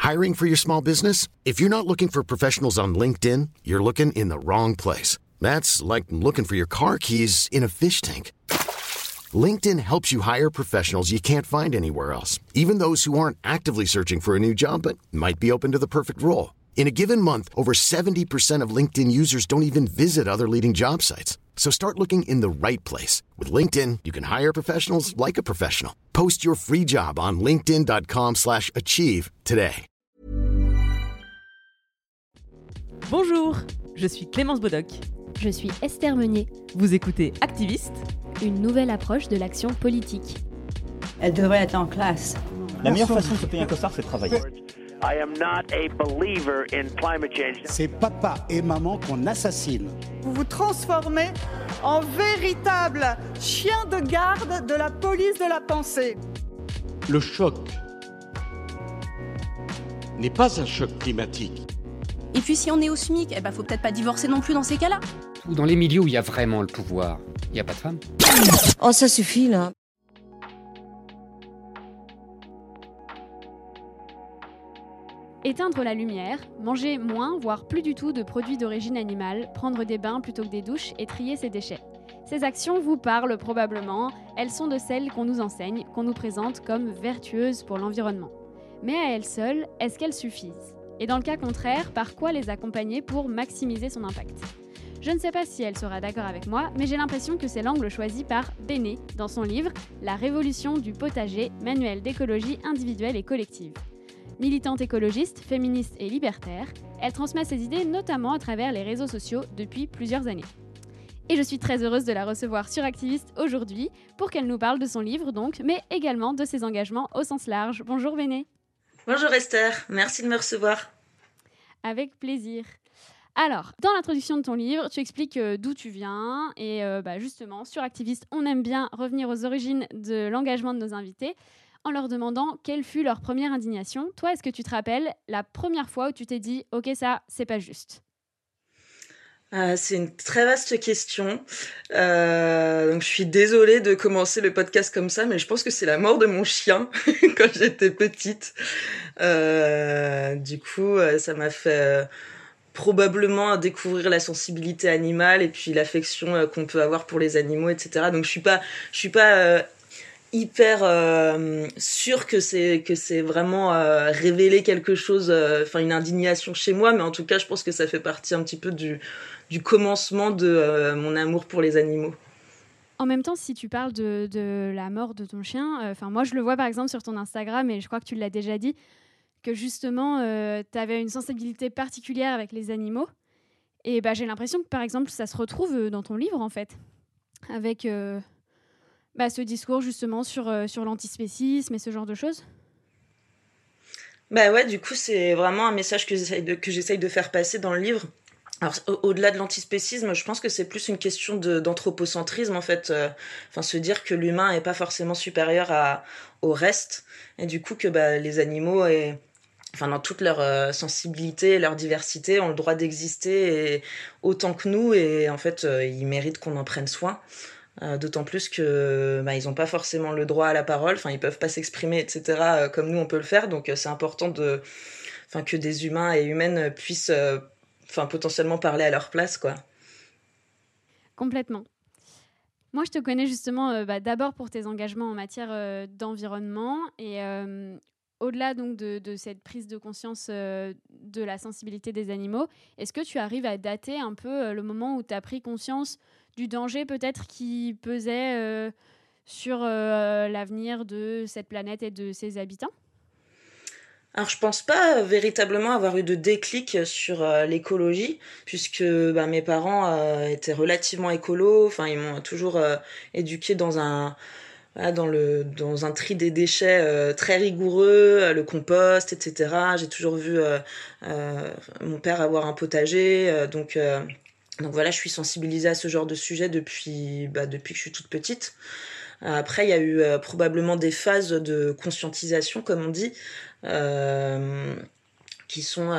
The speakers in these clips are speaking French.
Hiring for your small business? If you're not looking for professionals on LinkedIn, you're looking in the wrong place. That's like looking for your car keys in a fish tank. LinkedIn helps you hire professionals you can't find anywhere else, even those who aren't actively searching for a new job but might be open to the perfect role. In a given month, over 70% of LinkedIn users don't even visit other leading job sites. So start looking in the right place. With LinkedIn, you can hire professionals like a professional. Post your free job on linkedin.com/achieve today. Bonjour, je suis Clémence Bodoc. Je suis Esther Meunier. Vous écoutez Activiste, une nouvelle approche de l'action politique. Elle devrait être en classe. La meilleure façon de se payer un costard, c'est de travailler. I am not a believer in climate change. C'est papa et maman qu'on assassine. Vous vous transformez en véritable chien de garde de la police de la pensée. Le choc n'est pas un choc climatique. Et puis si on est au SMIC, faut peut-être pas divorcer non plus dans ces cas-là. Dans les milieux où il y a vraiment le pouvoir, il n'y a pas de femmes. Oh, ça suffit là. Éteindre la lumière, manger moins, voire plus du tout de produits d'origine animale, prendre des bains plutôt que des douches et trier ses déchets. Ces actions vous parlent probablement, elles sont de celles qu'on nous enseigne, qu'on nous présente comme vertueuses pour l'environnement. Mais à elles seules, est-ce qu'elles suffisent ? Et dans le cas contraire, par quoi les accompagner pour maximiser son impact ? Je ne sais pas si elle sera d'accord avec moi, mais j'ai l'impression que c'est l'angle choisi par Béné dans son livre « La révolution du potager, manuel d'écologie individuelle et collective ». Militante écologiste, féministe et libertaire, elle transmet ses idées notamment à travers les réseaux sociaux depuis plusieurs années. Et je suis très heureuse de la recevoir sur Activiste aujourd'hui pour qu'elle nous parle de son livre donc, mais également de ses engagements au sens large. Bonjour Béné. Bonjour Esther, merci de me recevoir. Avec plaisir. Alors, dans l'introduction de ton livre, tu expliques d'où tu viens et justement, sur Activiste, on aime bien revenir aux origines de l'engagement de nos invités en leur demandant quelle fut leur première indignation. Toi, est-ce que tu te rappelles la première fois où tu t'es dit « Ok, ça, c'est pas juste ». C'est une très vaste question. Donc je suis désolée de commencer le podcast comme ça, mais je pense que c'est la mort de mon chien quand j'étais petite. Du coup, ça m'a fait probablement découvrir la sensibilité animale et puis l'affection qu'on peut avoir pour les animaux, etc. Donc je suis pas hyper sûre que c'est vraiment révéler quelque chose, une indignation chez moi, mais en tout cas je pense que ça fait partie un petit peu du commencement de mon amour pour les animaux. En même temps, si tu parles de la mort de ton chien, moi je le vois par exemple sur ton Instagram et je crois que tu l'as déjà dit, que justement tu avais une sensibilité particulière avec les animaux et j'ai l'impression que par exemple ça se retrouve dans ton livre en fait, avec ce discours justement sur l'antispécisme et ce genre de choses. Ouais, du coup c'est vraiment un message que j'essaye de faire passer dans le livre. Alors au-delà de l'antispécisme, je pense que c'est plus une question d'anthropocentrisme en fait, se dire que l'humain est pas forcément supérieur au reste et du coup que les animaux dans toute leur sensibilité, leur diversité ont le droit d'exister autant que nous et en fait ils méritent qu'on en prenne soin. D'autant plus que ils ont pas forcément le droit à la parole, ils peuvent pas s'exprimer, etc. Comme nous on peut le faire, donc c'est important que des humains et humaines puissent potentiellement parler à leur place, quoi. Complètement. Moi, je te connais justement d'abord pour tes engagements en matière d'environnement et au-delà donc de cette prise de conscience de la sensibilité des animaux, est-ce que tu arrives à dater un peu le moment où tu as pris conscience du danger peut-être qui pesait sur l'avenir de cette planète et de ses habitants ? Alors je pense pas véritablement avoir eu de déclic sur l'écologie puisque mes parents étaient relativement écolos, ils m'ont toujours éduquée dans un tri des déchets très rigoureux, le compost, etc. J'ai toujours vu mon père avoir un potager, donc voilà, je suis sensibilisée à ce genre de sujet depuis que je suis toute petite. Après, il y a eu probablement des phases de conscientisation, comme on dit, qui sont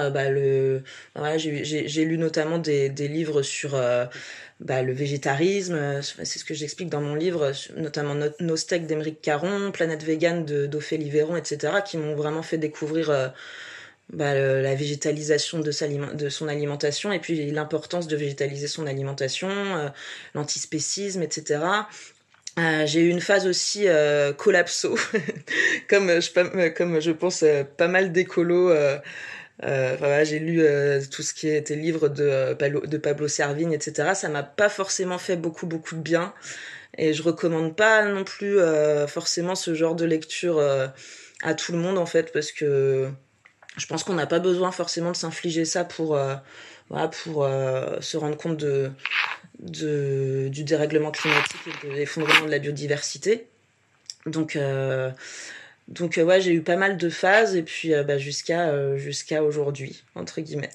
j'ai lu notamment des livres sur le végétarisme, c'est ce que j'explique dans mon livre, notamment Nos steaks d'Émeric Caron, Planète végane d'Ophélie Véron, etc., qui m'ont vraiment fait découvrir la végétalisation de son alimentation et puis l'importance de végétaliser son alimentation, l'antispécisme, etc. J'ai eu une phase aussi collapso, comme je pense pas mal d'écolos. Voilà, j'ai lu tout ce qui était livre de Pablo Servigne, etc. Ça m'a pas forcément fait beaucoup de bien. Et je recommande pas non plus forcément ce genre de lecture à tout le monde, en fait, parce que je pense qu'on n'a pas besoin forcément de s'infliger ça pour se rendre compte du dérèglement climatique et de l'effondrement de la biodiversité. Donc ouais, j'ai eu pas mal de phases et puis jusqu'à aujourd'hui, entre guillemets.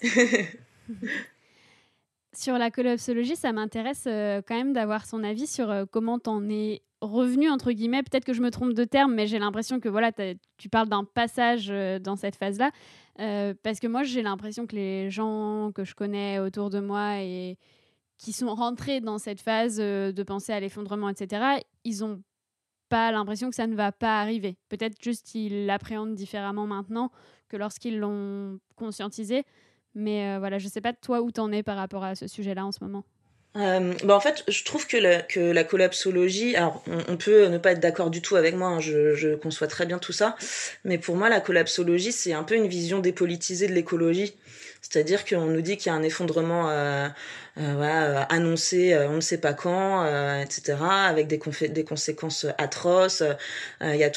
Sur la collapsologie, ça m'intéresse quand même d'avoir son avis sur comment t'en es revenu, entre guillemets. Peut-être que je me trompe de terme, mais j'ai l'impression que voilà, tu parles d'un passage dans cette phase-là. Parce que moi, j'ai l'impression que les gens que je connais autour de moi et qui sont rentrés dans cette phase de penser à l'effondrement, etc., ils n'ont pas l'impression que ça ne va pas arriver. Peut-être juste qu'ils l'appréhendent différemment maintenant que lorsqu'ils l'ont conscientisé. Mais voilà, je sais pas toi où t'en es par rapport à ce sujet-là en ce moment. En fait, je trouve que la collapsologie, alors on peut ne pas être d'accord du tout avec moi, hein, je conçois très bien tout ça, mais pour moi la collapsologie c'est un peu une vision dépolitisée de l'écologie. C'est-à-dire qu'on nous dit qu'il y a un effondrement annoncé, on ne sait pas quand, etc., avec des conséquences atroces. Il y a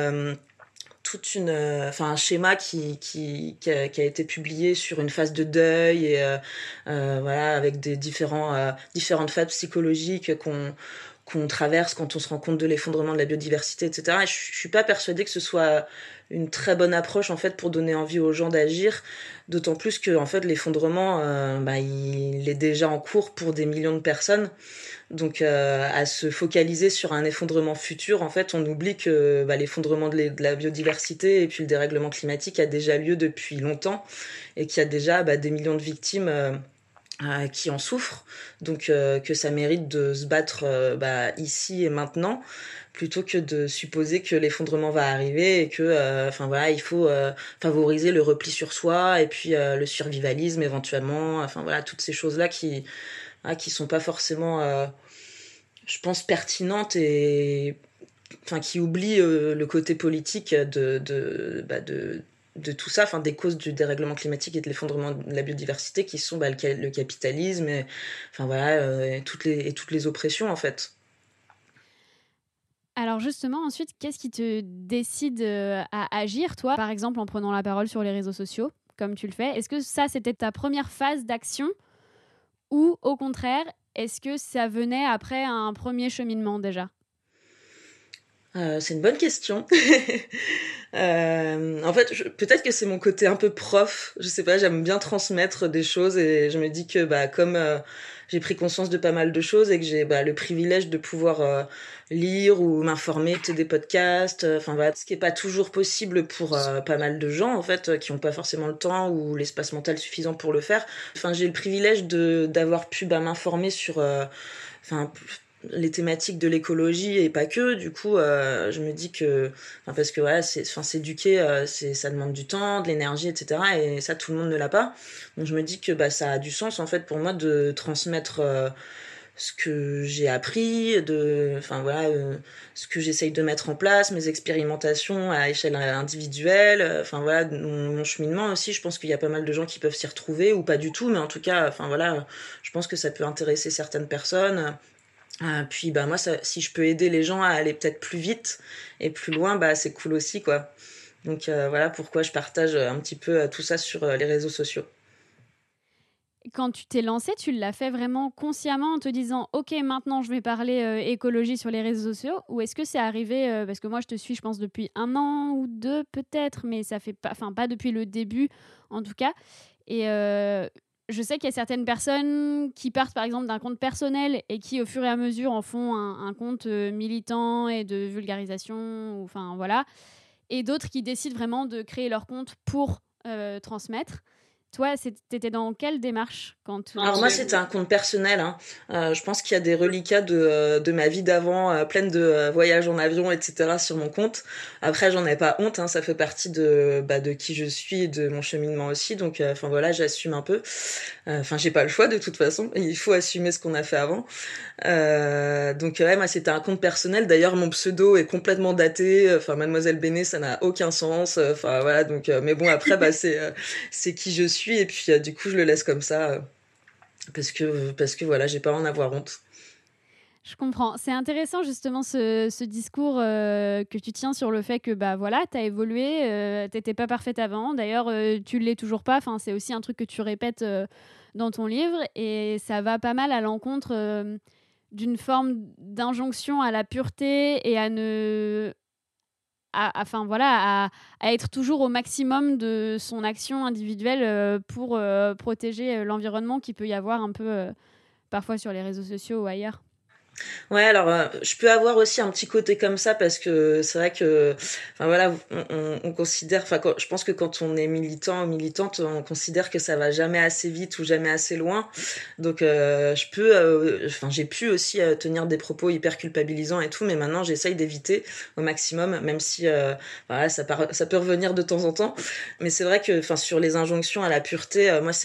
un schéma qui a été publié sur une phase de deuil et avec des différentes phases psychologiques qu'on traverse quand on se rend compte de l'effondrement de la biodiversité, etc. Et je suis pas persuadée que ce soit une très bonne approche en fait pour donner envie aux gens d'agir, d'autant plus que en fait l'effondrement il est déjà en cours pour des millions de personnes. Donc à se focaliser sur un effondrement futur, en fait, on oublie que l'effondrement de la biodiversité et puis le dérèglement climatique a déjà lieu depuis longtemps et qu'il y a déjà des millions de victimes qui en souffrent. Donc que ça mérite de se battre ici et maintenant, plutôt que de supposer que l'effondrement va arriver et que il faut favoriser le repli sur soi et puis le survivalisme éventuellement, toutes ces choses-là qui sont pas forcément je pense pertinentes et qui oublient le côté politique de tout ça, des causes du dérèglement climatique et de l'effondrement de la biodiversité qui sont le capitalisme et toutes les oppressions en fait. Alors justement, ensuite, qu'est-ce qui te décide à agir, toi, par exemple en prenant la parole sur les réseaux sociaux, comme tu le fais? Est-ce que ça, c'était ta première phase d'action ou au contraire, est-ce que ça venait après un premier cheminement déjà? C'est une bonne question. En fait, peut-être que c'est mon côté un peu prof. Je sais pas, j'aime bien transmettre des choses et je me dis que comme j'ai pris conscience de pas mal de choses et que j'ai le privilège de pouvoir lire ou m'informer, des podcasts, ce qui est pas toujours possible pour pas mal de gens en fait qui ont pas forcément le temps ou l'espace mental suffisant pour le faire. J'ai le privilège d'avoir pu m'informer sur les thématiques de l'écologie et pas que. Du coup je me dis que parce que voilà, s'éduquer ça demande du temps, de l'énergie, etc., et ça tout le monde ne l'a pas. Donc je me dis que ça a du sens en fait pour moi de transmettre ce que j'ai appris, ce que j'essaye de mettre en place, mes expérimentations à échelle individuelle, mon cheminement aussi. Je pense qu'il y a pas mal de gens qui peuvent s'y retrouver ou pas du tout, mais en tout cas je pense que ça peut intéresser certaines personnes. Puis moi si je peux aider les gens à aller peut-être plus vite et plus loin, c'est cool aussi quoi. Donc voilà pourquoi je partage un petit peu tout ça sur les réseaux sociaux. Quand tu t'es lancée, tu l'as fait vraiment consciemment en te disant « Ok, maintenant je vais parler écologie sur les réseaux sociaux » ou est-ce que c'est arrivé, parce que moi je te suis je pense depuis 1 an ou 2 peut-être, mais ça fait pas depuis le début en tout cas. Et je sais qu'il y a certaines personnes qui partent par exemple d'un compte personnel et qui au fur et à mesure en font un compte militant et de vulgarisation, et d'autres qui décident vraiment de créer leur compte pour transmettre. Toi, t'étais dans quelle démarche quand Alors moi, c'était un compte personnel. Je pense qu'il y a des reliquats de ma vie d'avant, pleine de voyages en avion, etc. sur mon compte. Après, j'en ai pas honte. Ça fait partie de qui je suis et de mon cheminement aussi. Donc, voilà, j'assume un peu. J'ai pas le choix de toute façon. Il faut assumer ce qu'on a fait avant. Moi, c'était un compte personnel. D'ailleurs, mon pseudo est complètement daté. Mademoiselle Béné, ça n'a aucun sens. Mais bon, après, c'est qui je suis. Et puis, du coup, je le laisse comme ça. Parce que voilà, j'ai pas à en avoir honte. Je comprends. C'est intéressant justement ce discours que tu tiens sur le fait que t'as évolué, t'étais pas parfaite avant. D'ailleurs, tu l'es toujours pas. Enfin, c'est aussi un truc que tu répètes dans ton livre et ça va pas mal à l'encontre d'une forme d'injonction à la pureté et à être toujours au maximum de son action individuelle pour protéger l'environnement qu'il peut y avoir un peu parfois sur les réseaux sociaux ou ailleurs. Ouais, alors je peux avoir aussi un petit côté comme ça parce que c'est vrai que on considère je pense que quand on est militant ou militante, on considère que ça va jamais assez vite ou jamais assez loin. Donc j'ai pu aussi tenir des propos hyper culpabilisants et tout, mais maintenant j'essaye d'éviter au maximum, même si ça peut revenir de temps en temps. Mais c'est vrai que sur les injonctions à la pureté, moi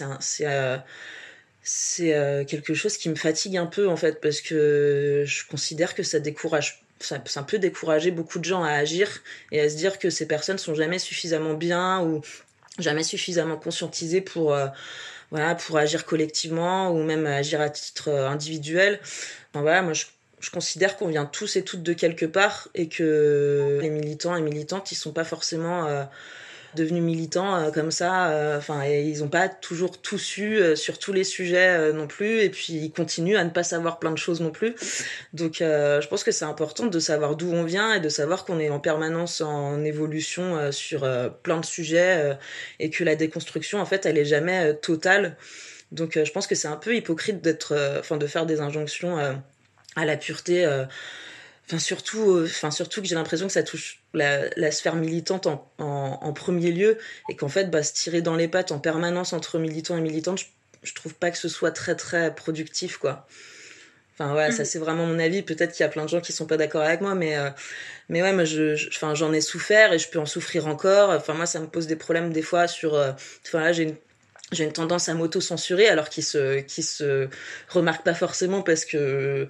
c'est quelque chose qui me fatigue un peu en fait parce que je considère que ça peut décourager beaucoup de gens à agir et à se dire que ces personnes sont jamais suffisamment bien ou jamais suffisamment conscientisées pour agir collectivement ou même agir à titre individuel. Moi je considère qu'on vient tous et toutes de quelque part et que les militants et militantes ils sont pas forcément devenus militants comme ça, et ils ont pas toujours tout su sur tous les sujets non plus, et puis ils continuent à ne pas savoir plein de choses non plus. Donc je pense que c'est important de savoir d'où on vient et de savoir qu'on est en permanence en évolution sur plein de sujets et que la déconstruction en fait elle est jamais totale. Donc je pense que c'est un peu hypocrite de faire des injonctions à la pureté. Surtout que j'ai l'impression que ça touche la sphère militante en premier lieu et qu'en fait se tirer dans les pattes en permanence entre militants et militantes, je trouve pas que ce soit très très productif quoi. Ça c'est vraiment mon avis, peut-être qu'il y a plein de gens qui sont pas d'accord avec moi, mais moi j'en ai souffert et je peux en souffrir encore. Moi ça me pose des problèmes des fois sur j'ai une tendance à m'auto-censurer alors qu'il se remarque pas forcément parce que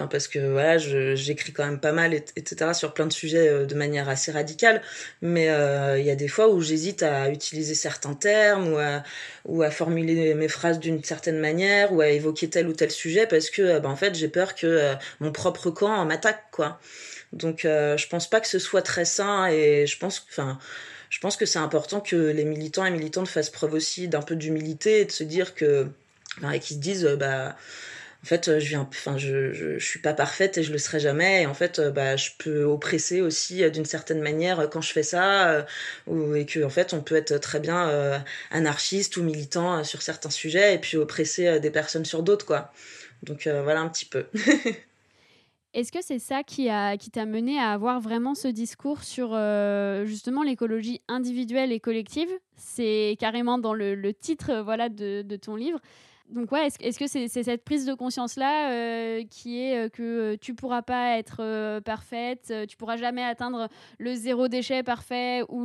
j'écris quand même pas mal etc. sur plein de sujets de manière assez radicale, mais il y a des fois où j'hésite à utiliser certains termes ou à formuler mes phrases d'une certaine manière ou à évoquer tel ou tel sujet parce que en fait j'ai peur que mon propre camp m'attaque quoi. Donc je pense pas que ce soit très sain et je pense que c'est important que les militants et militantes fassent preuve aussi d'un peu d'humilité et de se dire et qu'ils se disent en fait je suis pas parfaite et je le serai jamais et en fait je peux oppresser aussi d'une certaine manière quand je fais ça et que en fait on peut être très bien anarchiste ou militant sur certains sujets et puis oppresser des personnes sur d'autres quoi. Donc voilà un petit peu. Est-ce que c'est ça qui t'a mené à avoir vraiment ce discours sur justement l'écologie individuelle et collective ? C'est carrément dans le titre de ton livre. Donc ouais, est-ce que c'est cette prise de conscience-là qui est que tu pourras pas être parfaite, tu pourras jamais atteindre le zéro déchet parfait ou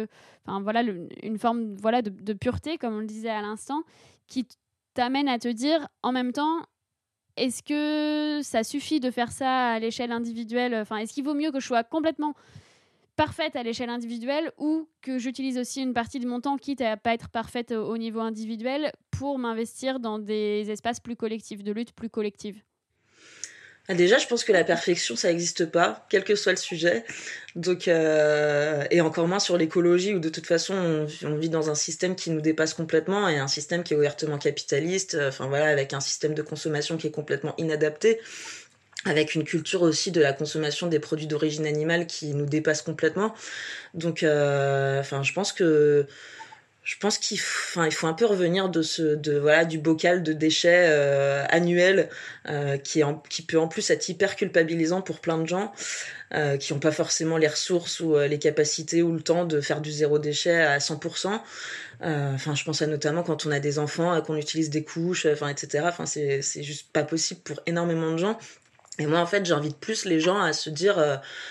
une forme de pureté, comme on le disait à l'instant, qui t'amène à te dire en même temps, est-ce que ça suffit de faire ça à l'échelle individuelle ? Est-ce qu'il vaut mieux que je sois complètement parfaite à l'échelle individuelle ou que j'utilise aussi une partie de mon temps, quitte à pas être parfaite au niveau individuel, pour m'investir dans des espaces plus collectifs, de lutte plus collective ? Déjà, je pense que la perfection, ça n'existe pas, quel que soit le sujet. Donc, et encore moins sur l'écologie, où de toute façon, on vit dans un système qui nous dépasse complètement, et un système qui est ouvertement capitaliste, avec un système de consommation qui est complètement inadapté, avec une culture aussi de la consommation des produits d'origine animale qui nous dépasse complètement. Donc, je je pense il faut un peu revenir du bocal de déchets annuel qui peut en plus être hyper culpabilisant pour plein de gens qui n'ont pas forcément les ressources ou les capacités ou le temps de faire du zéro déchet à 100%. Je pense à notamment quand on a des enfants, qu'on utilise des couches, etc. C'est juste pas possible pour énormément de gens. Et moi, en fait, j'invite plus les gens à se dire,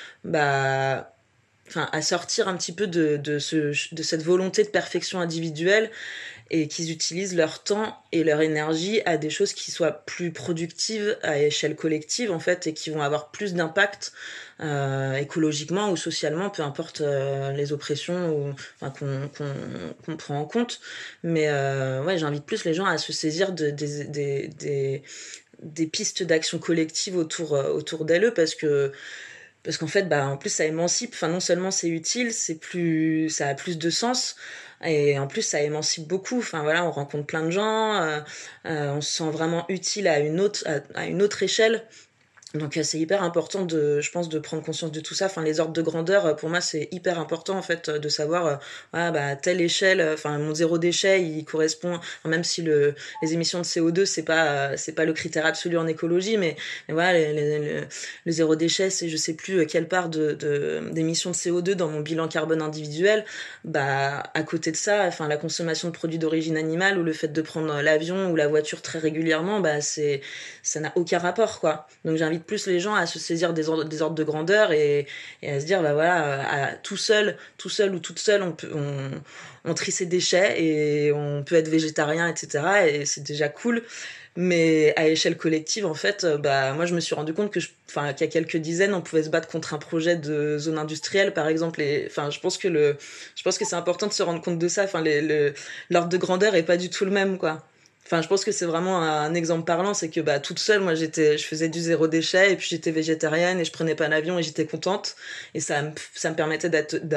à sortir un petit peu de cette volonté de perfection individuelle et qu'ils utilisent leur temps et leur énergie à des choses qui soient plus productives à échelle collective, en fait, et qui vont avoir plus d'impact écologiquement ou socialement, peu importe les oppressions qu'on prend en compte. Mais j'invite plus les gens à se saisir des pistes d'action collective autour d'elles, parce qu'en fait, en plus, ça émancipe. Non seulement c'est utile, ça a plus de sens, et en plus, ça émancipe beaucoup. On rencontre plein de gens, on se sent vraiment utile à une autre échelle. Donc c'est hyper important je pense, de prendre conscience de tout ça. Les ordres de grandeur, pour moi, c'est hyper important, en fait, de savoir à telle échelle, mon zéro déchet, il correspond, même si les émissions de CO2, c'est pas le critère absolu en écologie, mais voilà, le zéro déchet, c'est je sais plus quelle part d'émissions de CO2 dans mon bilan carbone individuel. À côté de ça, la consommation de produits d'origine animale ou le fait de prendre l'avion ou la voiture très régulièrement, ça n'a aucun rapport, quoi. Donc j'invite plus les gens à se saisir des ordres de grandeur et à se dire tout seul ou toute seule on trie ses déchets et on peut être végétarien, etc. Et c'est déjà cool. Mais à échelle collective, en fait, moi je me suis rendu compte qu'il y a quelques dizaines, on pouvait se battre contre un projet de zone industrielle, par exemple. Je pense que c'est important de se rendre compte de ça. L'ordre de grandeur est pas du tout le même, quoi. Je pense que c'est vraiment un exemple parlant, c'est que toute seule, moi je faisais du zéro déchet et puis j'étais végétarienne et je prenais pas l'avion et j'étais contente, et ça me permettait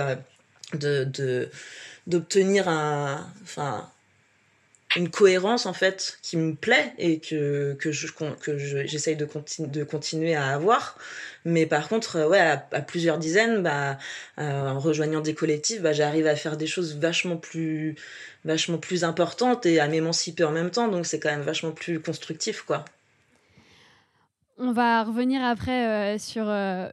d'obtenir une cohérence, en fait, qui me plaît et que j'essaye de continuer à avoir. Mais par contre, à plusieurs dizaines, en rejoignant des collectifs, j'arrive à faire des choses vachement plus importantes et à m'émanciper en même temps. Donc c'est quand même vachement plus constructif, quoi. On va revenir après sur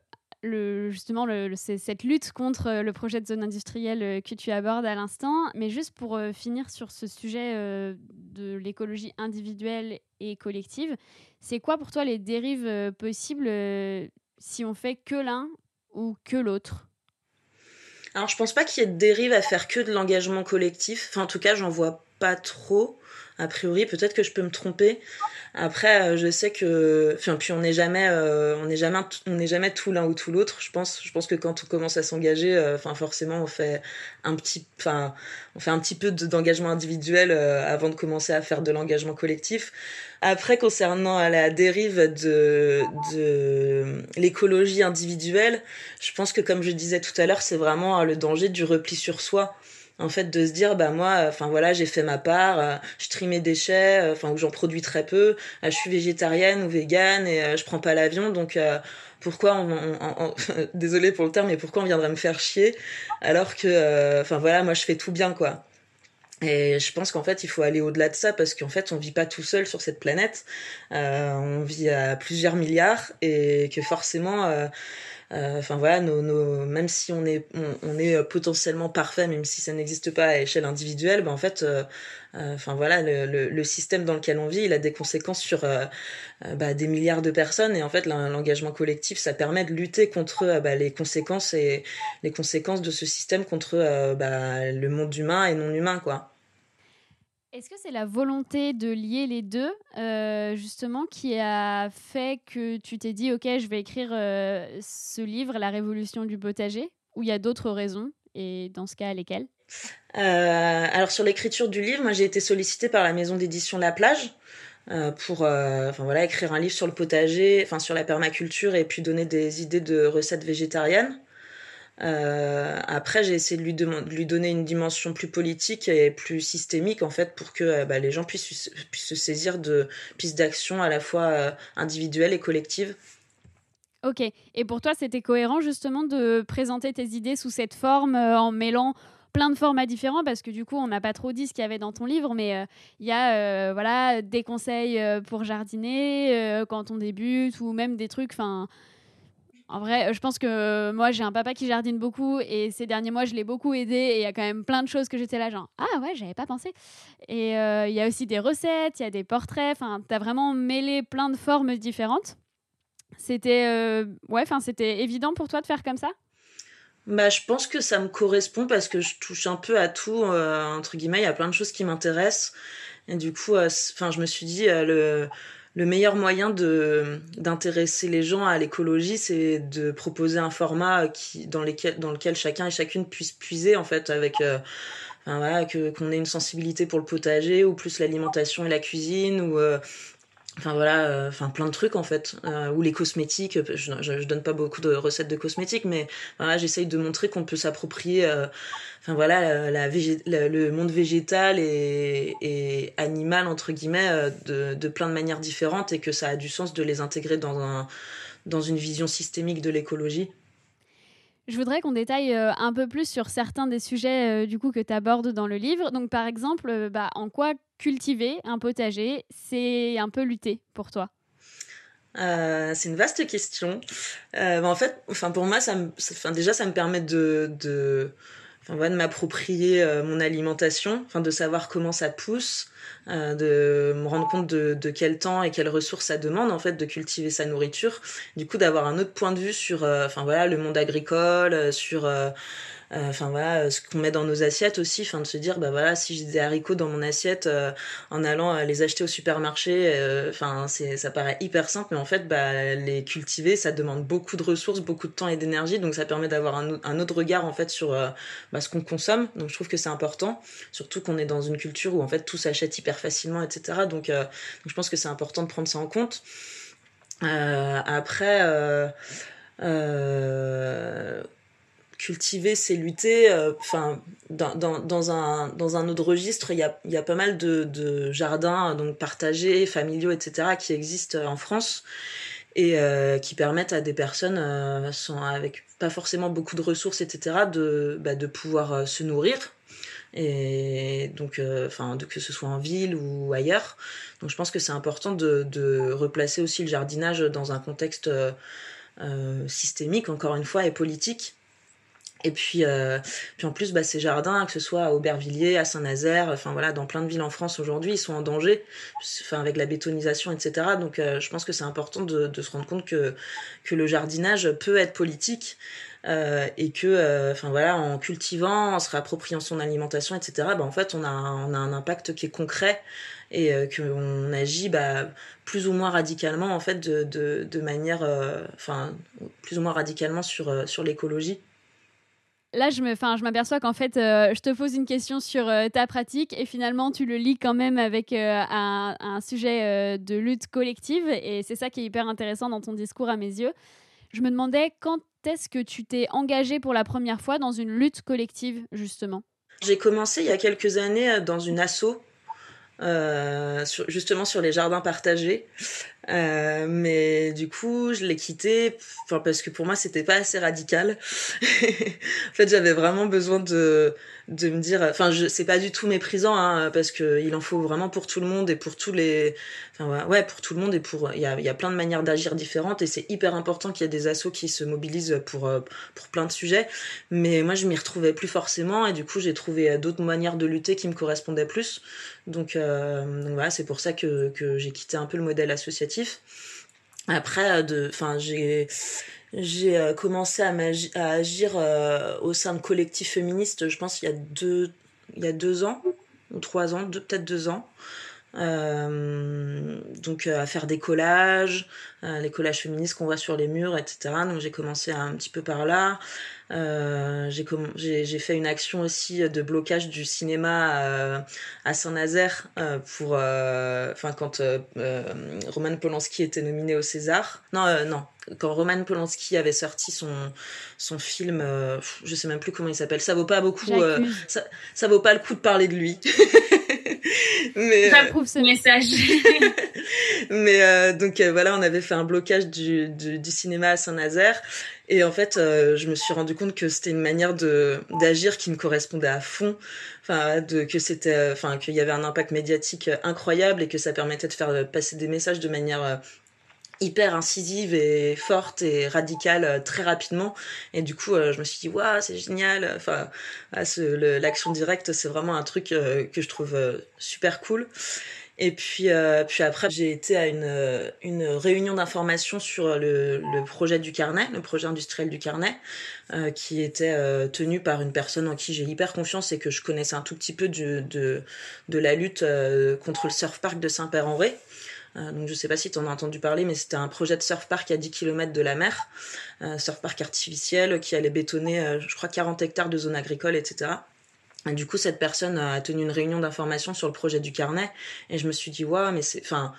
cette lutte contre le projet de zone industrielle que tu abordes à l'instant. Mais juste pour finir sur ce sujet de l'écologie individuelle et collective, c'est quoi pour toi les dérives possibles si on fait que l'un ou que l'autre ? Alors je pense pas qu'il y ait de dérive à faire que de l'engagement collectif. En tout cas, j'en vois pas trop. A priori, peut-être que je peux me tromper. Après, je sais que, puis on n'est jamais tout l'un ou tout l'autre. Je pense que quand on commence à s'engager, forcément, on fait un petit peu d'engagement individuel avant de commencer à faire de l'engagement collectif. Après, concernant la dérive de l'écologie individuelle, je pense que, comme je disais tout à l'heure, c'est vraiment le danger du repli sur soi. En fait, de se dire, moi, j'ai fait ma part, je trie mes déchets, ou j'en produis très peu, je suis végétarienne ou végane et je prends pas l'avion, donc pourquoi désolée pour le terme, mais pourquoi on viendrait me faire chier alors que, moi je fais tout bien, quoi. Et je pense qu'en fait, il faut aller au-delà de ça, parce qu'en fait, on vit pas tout seul sur cette planète, on vit à plusieurs milliards, et que forcément... même si on est potentiellement parfait, même si ça n'existe pas à échelle individuelle, le système dans lequel on vit, il a des conséquences sur des milliards de personnes, et en fait l'engagement collectif, ça permet de lutter contre les conséquences de ce système, contre le monde humain et non humain, quoi. Est-ce que c'est la volonté de lier les deux, justement, qui a fait que tu t'es dit « Ok, je vais écrire ce livre, La révolution du potager », ou il y a d'autres raisons, et dans ce cas, lesquelles ? Alors, sur l'écriture du livre, moi, j'ai été sollicitée par la maison d'édition La Plage pour écrire un livre sur le potager, sur la permaculture, et puis donner des idées de recettes végétariennes. Après, j'ai essayé de lui donner une dimension plus politique et plus systémique, en fait, pour que les gens puissent se saisir de pistes d'action à la fois individuelles et collectives. Ok. Et pour toi, c'était cohérent, justement, de présenter tes idées sous cette forme, en mêlant plein de formats différents, parce que du coup, on n'a pas trop dit ce qu'il y avait dans ton livre, mais il y a des conseils pour jardiner quand on débute, ou même des trucs... En vrai, je pense que moi, j'ai un papa qui jardine beaucoup, et ces derniers mois, je l'ai beaucoup aidé, et il y a quand même plein de choses que j'étais là, genre, ah ouais, j'avais pas pensé. Et il y a aussi des recettes, il y a des portraits, t'as vraiment mêlé plein de formes différentes. C'était évident pour toi de faire comme ça ? Bah, je pense que ça me correspond parce que je touche un peu à tout, entre guillemets, il y a plein de choses qui m'intéressent. Et du coup, je me suis dit, le meilleur moyen d'intéresser les gens à l'écologie, c'est de proposer un format dans lequel chacun et chacune puisse puiser, en fait, avec... qu'on ait une sensibilité pour le potager, ou plus l'alimentation et la cuisine, ou... plein de trucs en fait, ou les cosmétiques. Je donne pas beaucoup de recettes de cosmétiques, mais j'essaye de montrer qu'on peut s'approprier le monde végétal et animal entre guillemets de plein de manières différentes, et que ça a du sens de les intégrer dans une vision systémique de l'écologie. Je voudrais qu'on détaille un peu plus sur certains des sujets du coup que tu abordes dans le livre. Donc par exemple, en quoi cultiver un potager, c'est un peu lutter pour toi ? C'est une vaste question. Pour moi, ça me permet de m'approprier mon alimentation, de savoir comment ça pousse, de me rendre compte de quel temps et quelles ressources ça demande en fait de cultiver sa nourriture. Du coup, d'avoir un autre point de vue sur le monde agricole, sur ce qu'on met dans nos assiettes aussi, de se dire si j'ai des haricots dans mon assiette en allant les acheter au supermarché, ça paraît hyper simple, mais en fait les cultiver, ça demande beaucoup de ressources, beaucoup de temps et d'énergie, donc ça permet d'avoir un autre regard en fait sur ce qu'on consomme. Donc je trouve que c'est important, surtout qu'on est dans une culture où en fait tout s'achète hyper facilement, etc. Donc je pense que c'est important de prendre ça en compte. Cultiver, c'est lutter. Dans un autre registre, il y a pas mal de jardins donc partagés, familiaux, etc. qui existent en France, et qui permettent à des personnes avec pas forcément beaucoup de ressources, etc. de pouvoir se nourrir. Et donc que ce soit en ville ou ailleurs. Donc je pense que c'est important de replacer aussi le jardinage dans un contexte systémique, encore une fois, et politique. Et puis en plus ces jardins, que ce soit à Aubervilliers, à Saint-Nazaire, dans plein de villes en France aujourd'hui, ils sont en danger, avec la bétonisation, etc. Donc je pense que c'est important de se rendre compte que le jardinage peut être politique, et que en cultivant, en se réappropriant son alimentation, etc. En fait on a un impact qui est concret, et qu'on agit plus ou moins radicalement en fait de manière plus ou moins radicalement sur l'écologie. Là, je m'aperçois qu'en fait, je te pose une question sur ta pratique, et finalement, tu le lis quand même avec un sujet de lutte collective, et c'est ça qui est hyper intéressant dans ton discours à mes yeux. Je me demandais, quand est-ce que tu t'es engagée pour la première fois dans une lutte collective, justement ? J'ai commencé il y a quelques années dans une asso, justement sur les jardins partagés, mais du coup je l'ai quitté parce que pour moi c'était pas assez radical. En fait j'avais vraiment besoin de me dire, c'est pas du tout méprisant, parce que il en faut vraiment pour tout le monde, et pour tous les pour tout le monde, et il y a plein de manières d'agir différentes, et c'est hyper important qu'il y ait des assos qui se mobilisent pour plein de sujets, mais moi je m'y retrouvais plus forcément, et du coup j'ai trouvé d'autres manières de lutter qui me correspondaient plus. Donc voilà, c'est pour ça que j'ai quitté un peu le modèle associatif. Après j'ai commencé à agir au sein de collectifs féministes, je pense il y a 2 ans ou 3 ans, peut-être 2 ans. Donc à faire des collages, les collages féministes qu'on voit sur les murs, etc. Donc j'ai commencé un petit peu par là. J'ai fait une action aussi de blocage du cinéma à Saint-Nazaire pour quand Roman Polanski était nominé au César. Non, quand Roman Polanski avait sorti son film, je sais même plus comment il s'appelle. Ça vaut pas beaucoup. Ça vaut pas le coup de parler de lui. Mais, j'approuve ce message. Mais donc voilà, on avait fait un blocage du cinéma à Saint-Nazaire. Et en fait, je me suis rendu compte que c'était une manière d'agir qui me correspondait à fond. Enfin, qu'il y avait un impact médiatique incroyable et que ça permettait de faire passer des messages de manière hyper incisive et forte et radicale très rapidement. Et du coup, je me suis dit, waouh, c'est génial. Enfin, l'action directe, c'est vraiment un truc que je trouve super cool. Et puis après, j'ai été à une réunion d'information sur le projet du Carnet, le projet industriel du Carnet, qui était tenu par une personne en qui j'ai hyper confiance et que je connaissais un tout petit peu de la lutte contre le surf park de Saint-Père-en-Retz. Donc je sais pas si tu en as entendu parler, mais c'était un projet de surf park à 10 km de la mer, surf park artificiel qui allait bétonner, je crois, 40 hectares de zones agricoles, etc. Et du coup, cette personne a tenu une réunion d'information sur le projet du Carnet, et je me suis dit, waouh, mais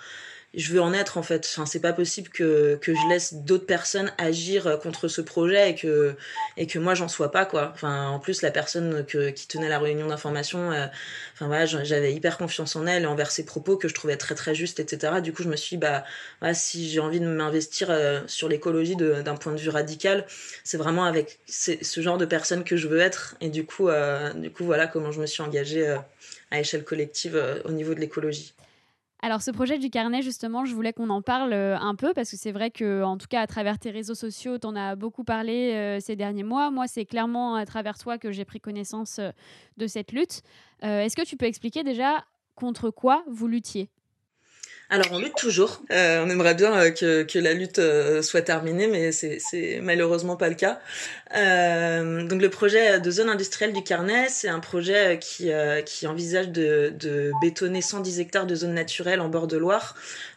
je veux en être en fait. Enfin, c'est pas possible que je laisse d'autres personnes agir contre ce projet et que moi j'en sois pas, quoi. Enfin, en plus la personne qui tenait la réunion d'information, enfin voilà, j'avais hyper confiance en elle et envers ses propos que je trouvais très très justes, etc. Du coup, je me suis dit, voilà, si j'ai envie de m'investir sur l'écologie d'un point de vue radical, c'est vraiment avec ce genre de personne que je veux être. Et du coup voilà comment je me suis engagée à échelle collective au niveau de l'écologie. Alors ce projet du Carnet, justement, je voulais qu'on en parle un peu parce que c'est vrai que, en tout cas à travers tes réseaux sociaux, t'en as beaucoup parlé ces derniers mois. Moi, c'est clairement à travers toi que j'ai pris connaissance de cette lutte. Est-ce que tu peux expliquer déjà contre quoi vous luttiez ? Alors on lutte toujours. On aimerait bien que la lutte soit terminée, mais c'est malheureusement pas le cas. Donc le projet de zone industrielle du Carnet, c'est un projet qui envisage de bétonner 110 hectares de zones naturelles en bord de Loire.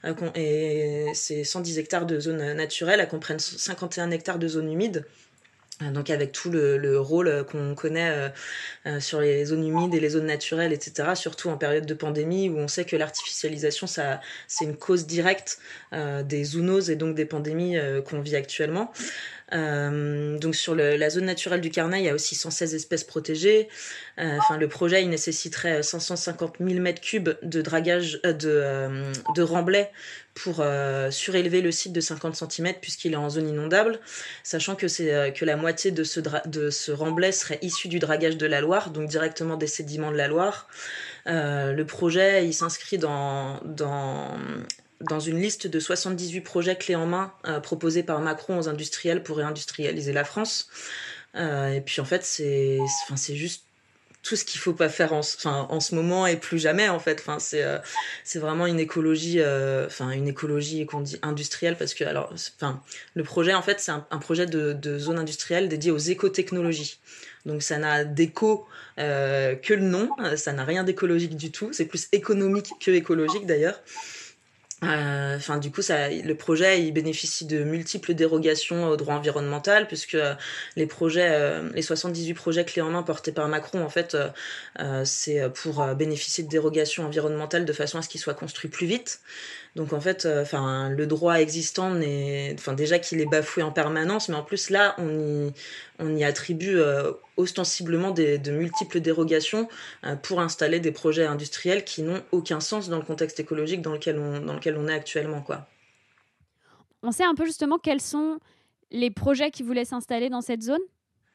Et ces 110 hectares de zones naturelles, elles comprennent 51 hectares de zones humides. Donc avec tout le rôle qu'on connaît sur les zones humides et les zones naturelles, etc., surtout en période de pandémie où on sait que l'artificialisation, c'est une cause directe des zoonoses et donc des pandémies qu'on vit actuellement. Donc sur la zone naturelle du Carnet, il y a aussi 116 espèces protégées. Le projet, il nécessiterait 550 000 mètres cubes de dragage de remblai pour surélever le site de 50 cm puisqu'il est en zone inondable, sachant que la moitié de ce remblai serait issu du dragage de la Loire, donc directement des sédiments de la Loire. Le projet, il s'inscrit dans une liste de 78 projets clés en main proposés par Macron aux industriels pour réindustrialiser la France. Et puis en fait, c'est juste tout ce qu'il faut pas faire en ce moment et plus jamais en fait. Enfin, c'est vraiment une écologie qu'on dit industrielle parce que le projet en fait c'est un projet de zone industrielle dédié aux écotechnologies. Donc ça n'a d'éco que le nom, ça n'a rien d'écologique du tout. C'est plus économique que écologique d'ailleurs. Du coup, le projet, il bénéficie de multiples dérogations au droit environnemental, puisque les 78 projets clés en main portés par Macron, en fait, c'est pour bénéficier de dérogations environnementales de façon à ce qu'ils soient construits plus vite. Donc en fait, le droit existant déjà qu'il est bafoué en permanence, mais en plus là, on y attribue ostensiblement de multiples dérogations pour installer des projets industriels qui n'ont aucun sens dans le contexte écologique dans lequel on est actuellement, quoi. On sait un peu justement quels sont les projets qui voulaient s'installer dans cette zone ?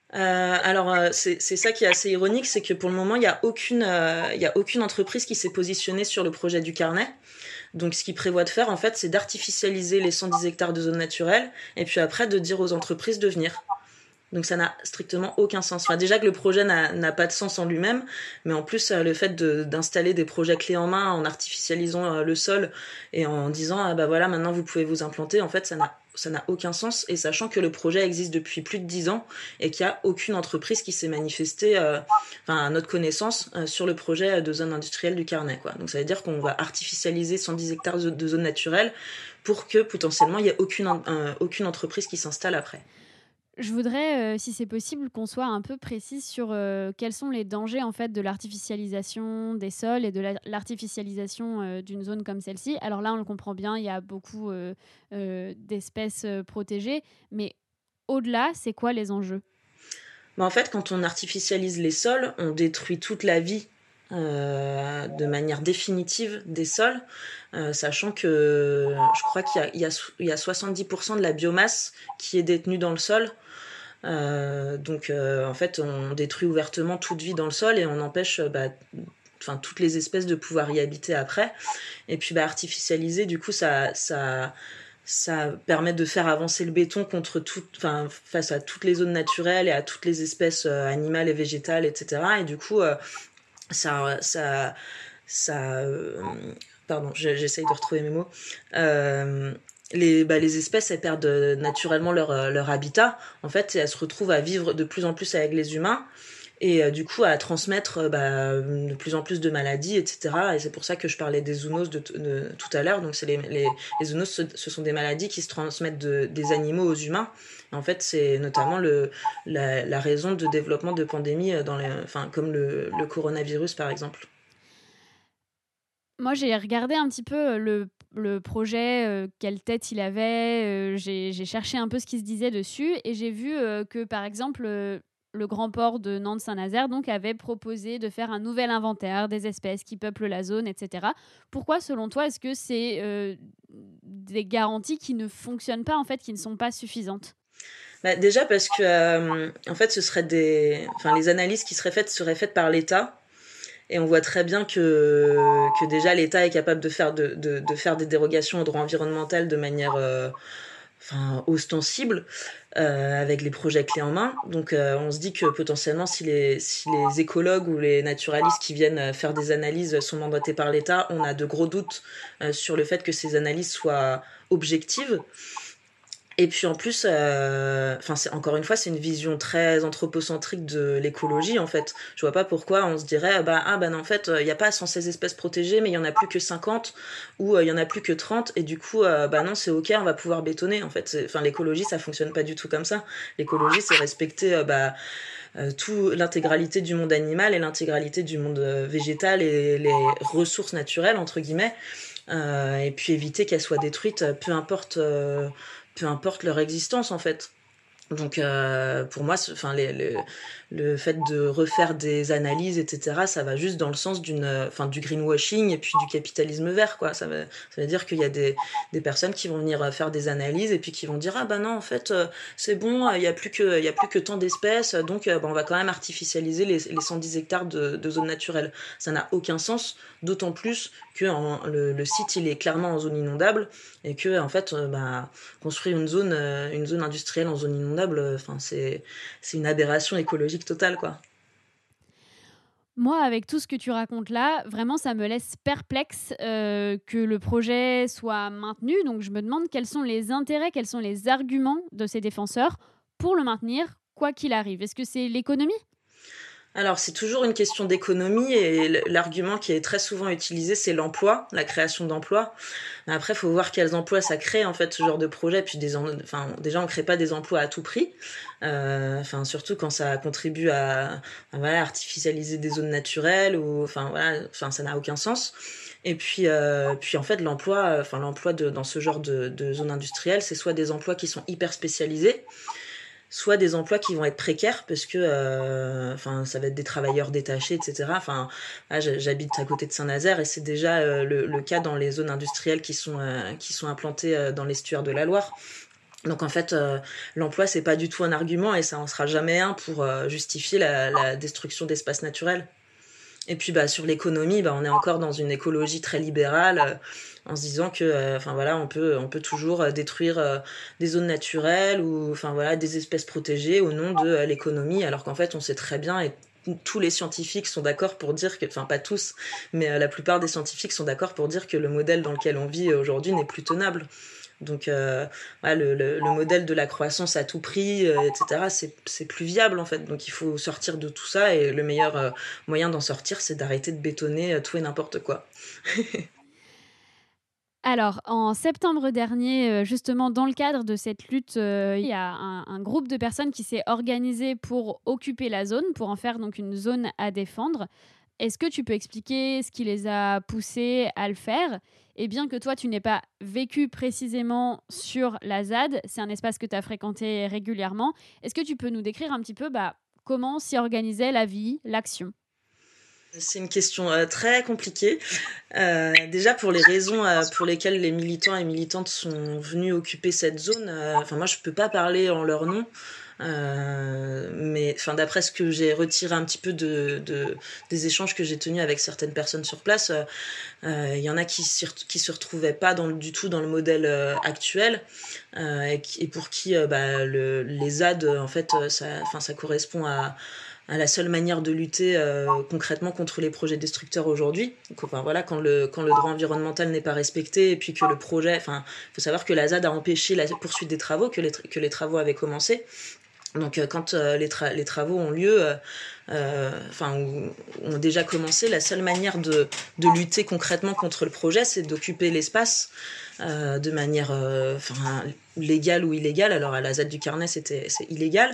C'est ça qui est assez ironique, c'est que pour le moment, il y a aucune entreprise qui s'est positionnée sur le projet du Carnet. Donc, ce qu'ils prévoient de faire, en fait, c'est d'artificialiser les 110 hectares de zones naturelles et puis après de dire aux entreprises de venir. Donc, ça n'a strictement aucun sens. Enfin, déjà que le projet n'a pas de sens en lui-même, mais en plus, le fait d'installer des projets clés en main en artificialisant le sol et en disant, voilà, maintenant vous pouvez vous implanter, en fait, ça n'a aucun sens. Et sachant que le projet existe depuis plus de 10 ans et qu'il n'y a aucune entreprise qui s'est manifestée, à notre connaissance, sur le projet de zone industrielle du Carnet, quoi. Donc, ça veut dire qu'on va artificialiser 110 hectares de zones naturelles pour que, potentiellement, il n'y ait aucune entreprise qui s'installe après. Je voudrais, si c'est possible, qu'on soit un peu précis sur quels sont les dangers en fait de l'artificialisation des sols et de l'artificialisation d'une zone comme celle-ci. Alors là, on le comprend bien, il y a beaucoup d'espèces protégées, mais au-delà, c'est quoi les enjeux ? En fait, quand on artificialise les sols, on détruit toute la vie de manière définitive des sols, sachant que je crois qu'il y a 70% de la biomasse qui est détenue dans le sol. Donc en fait on détruit ouvertement toute vie dans le sol et on empêche toutes les espèces de pouvoir y habiter après. Et puis artificialiser, du coup ça permet de faire avancer le béton face à toutes les zones naturelles et à toutes les espèces animales et végétales, etc. Et du coup pardon, j'essaye de retrouver mes mots. Les espèces, elles perdent naturellement leur habitat, en fait, et elles se retrouvent à vivre de plus en plus avec les humains, et du coup à transmettre de plus en plus de maladies, etc. Et c'est pour ça que je parlais des zoonoses de tout à l'heure. Donc c'est les zoonoses, ce sont des maladies qui se transmettent des animaux aux humains. Et en fait, c'est notamment la raison de développement de pandémies comme le coronavirus, par exemple. Moi, j'ai regardé un petit peu le projet, quelle tête il avait. J'ai cherché un peu ce qui se disait dessus et j'ai vu que, par exemple, le Grand Port de Nantes-Saint-Nazaire avait proposé de faire un nouvel inventaire des espèces qui peuplent la zone, etc. Pourquoi, selon toi, est-ce que c'est des garanties qui ne fonctionnent pas, en fait, qui ne sont pas suffisantes ? Déjà parce que, en fait, les analyses qui seraient faites par l'État. Et on voit très bien que déjà l'État est capable de faire des dérogations au droit environnemental de manière ostensible, avec les projets clés en main. Donc on se dit que potentiellement si les écologues ou les naturalistes qui viennent faire des analyses sont mandatés par l'État, on a de gros doutes sur le fait que ces analyses soient objectives. Et puis en plus, encore une fois, c'est une vision très anthropocentrique de l'écologie, en fait. Je vois pas pourquoi on se dirait, non, en fait, il n'y a pas 116 espèces protégées, mais il y en a plus que 50, ou il y en a plus que 30, et du coup, non, c'est ok, on va pouvoir bétonner, en fait. L'écologie, ça fonctionne pas du tout comme ça. L'écologie, c'est respecter, l'intégralité du monde animal et l'intégralité du monde végétal et les ressources naturelles, entre guillemets, et puis éviter qu'elles soient détruites, peu importe leur existence, en fait. Donc pour moi, le fait de refaire des analyses, etc., ça va juste dans le sens du greenwashing et puis du capitalisme vert, quoi. Ça veut dire qu'il y a des personnes qui vont venir faire des analyses et puis qui vont dire non, en fait c'est bon, il y a plus que tant d'espèces, donc on va quand même artificialiser les 110 hectares de zones naturelles. Ça n'a aucun sens, d'autant plus que le site il est clairement en zone inondable et que en fait construire une zone industrielle en zone inondable, c'est une aberration écologique totale, quoi. Moi, avec tout ce que tu racontes là, vraiment, ça me laisse perplexe que le projet soit maintenu. Donc, je me demande quels sont les intérêts, quels sont les arguments de ces défenseurs pour le maintenir, quoi qu'il arrive. Est-ce que c'est l'économie ? Alors, c'est toujours une question d'économie et l'argument qui est très souvent utilisé, c'est l'emploi, la création d'emplois. Mais après, il faut voir quels emplois ça crée, en fait, ce genre de projet. Puis déjà, on ne crée pas des emplois à tout prix. Surtout quand ça contribue à artificialiser des zones naturelles ça n'a aucun sens. Et puis en fait, l'emploi dans ce genre de zone industrielle, c'est soit des emplois qui sont hyper spécialisés, soit des emplois qui vont être précaires parce que ça va être des travailleurs détachés, etc. J'habite à côté de Saint-Nazaire et c'est déjà le cas dans les zones industrielles qui sont implantées dans l'estuaire de la Loire. Donc en fait, l'emploi c'est pas du tout un argument et ça en sera jamais un pour justifier la destruction d'espaces naturels. Et puis sur l'économie, on est encore dans une écologie très libérale, en se disant que on peut toujours détruire des zones naturelles ou des espèces protégées au nom de l'économie, alors qu'en fait on sait très bien et tous les scientifiques sont d'accord pour dire que, pas tous, mais la plupart des scientifiques sont d'accord pour dire que le modèle dans lequel on vit aujourd'hui n'est plus tenable. Donc le modèle de la croissance à tout prix, etc., c'est plus viable, en fait. Donc il faut sortir de tout ça et le meilleur moyen d'en sortir, c'est d'arrêter de bétonner tout et n'importe quoi. Alors, en septembre dernier, justement, dans le cadre de cette lutte, il y a un groupe de personnes qui s'est organisé pour occuper la zone, pour en faire donc une zone à défendre. Est-ce que tu peux expliquer ce qui les a poussés à le faire ? Et bien que toi, tu n'aies pas vécu précisément sur la ZAD, c'est un espace que tu as fréquenté régulièrement. Est-ce que tu peux nous décrire un petit peu comment s'y organisait la vie, l'action ? C'est une question très compliquée. Déjà pour les raisons pour lesquelles les militants et militantes sont venus occuper cette zone. Moi je peux pas parler en leur nom. Mais d'après ce que j'ai retiré un petit peu des échanges que j'ai tenus avec certaines personnes sur place, il y en a qui se retrouvaient pas du tout dans le modèle actuel, et pour qui les ZAD en fait ça correspond à la seule manière de lutter concrètement contre les projets destructeurs aujourd'hui. Donc, quand le droit environnemental n'est pas respecté et puis que le projet, faut savoir que la ZAD a empêché la poursuite des travaux, que les travaux avaient commencé. Donc quand les travaux ont lieu, ont déjà commencé, la seule manière de lutter concrètement contre le projet, c'est d'occuper l'espace de manière légale ou illégale. Alors à la ZAD du Carnet, c'est illégal,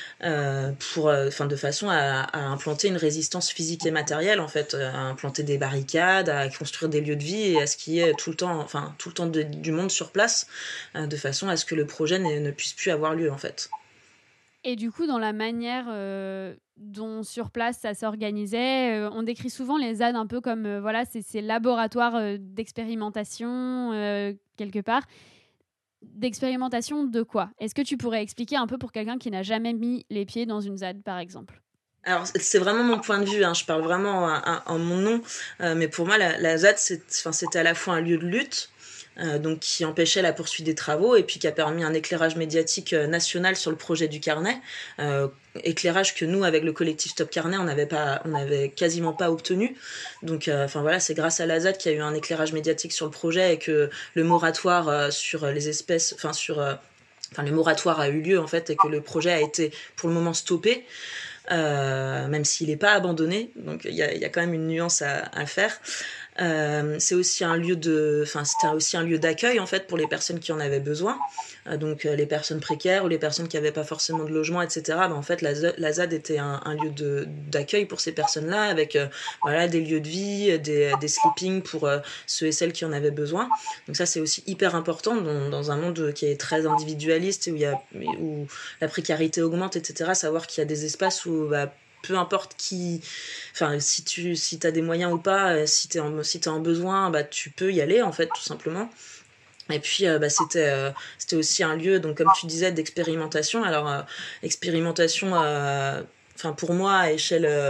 de façon à implanter une résistance physique et matérielle, en fait, à implanter des barricades, à construire des lieux de vie et à ce qu'il y ait tout le temps du monde sur place, de façon à ce que le projet ne puisse plus avoir lieu, en fait. Et du coup, dans la manière dont sur place ça s'organisait, on décrit souvent les ZAD un peu comme ces laboratoires d'expérimentation quelque part. D'expérimentation de quoi ? Est-ce que tu pourrais expliquer un peu pour quelqu'un qui n'a jamais mis les pieds dans une ZAD, par exemple ? Alors, c'est vraiment mon point de vue, je parle vraiment en mon nom, mais pour moi, la ZAD, c'était à la fois un lieu de lutte, donc qui empêchait la poursuite des travaux et puis qui a permis un éclairage médiatique national sur le projet du Carnet, éclairage que nous, avec le collectif Stop Carnet, on n'avait quasiment pas obtenu. Donc c'est grâce à la ZAD qu'il y a eu un éclairage médiatique sur le projet et que le moratoire sur les espèces, le moratoire a eu lieu en fait et que le projet a été pour le moment stoppé. Même s'il n'est pas abandonné, donc il y a quand même une nuance à faire. C'est aussi c'était aussi un lieu d'accueil en fait pour les personnes qui en avaient besoin, donc les personnes précaires ou les personnes qui n'avaient pas forcément de logement, etc. En fait, la ZAD était un lieu d'accueil pour ces personnes-là, avec des lieux de vie, des sleepings pour ceux et celles qui en avaient besoin. Donc ça, c'est aussi hyper important dans un monde qui est très individualiste et où la précarité augmente, etc. Savoir qu'il y a des espaces où peu importe si t'as des moyens ou pas, si t'es en besoin, tu peux y aller en fait, tout simplement. Et puis c'était aussi un lieu, donc comme tu disais, d'expérimentation. Alors expérimentation, pour moi à échelle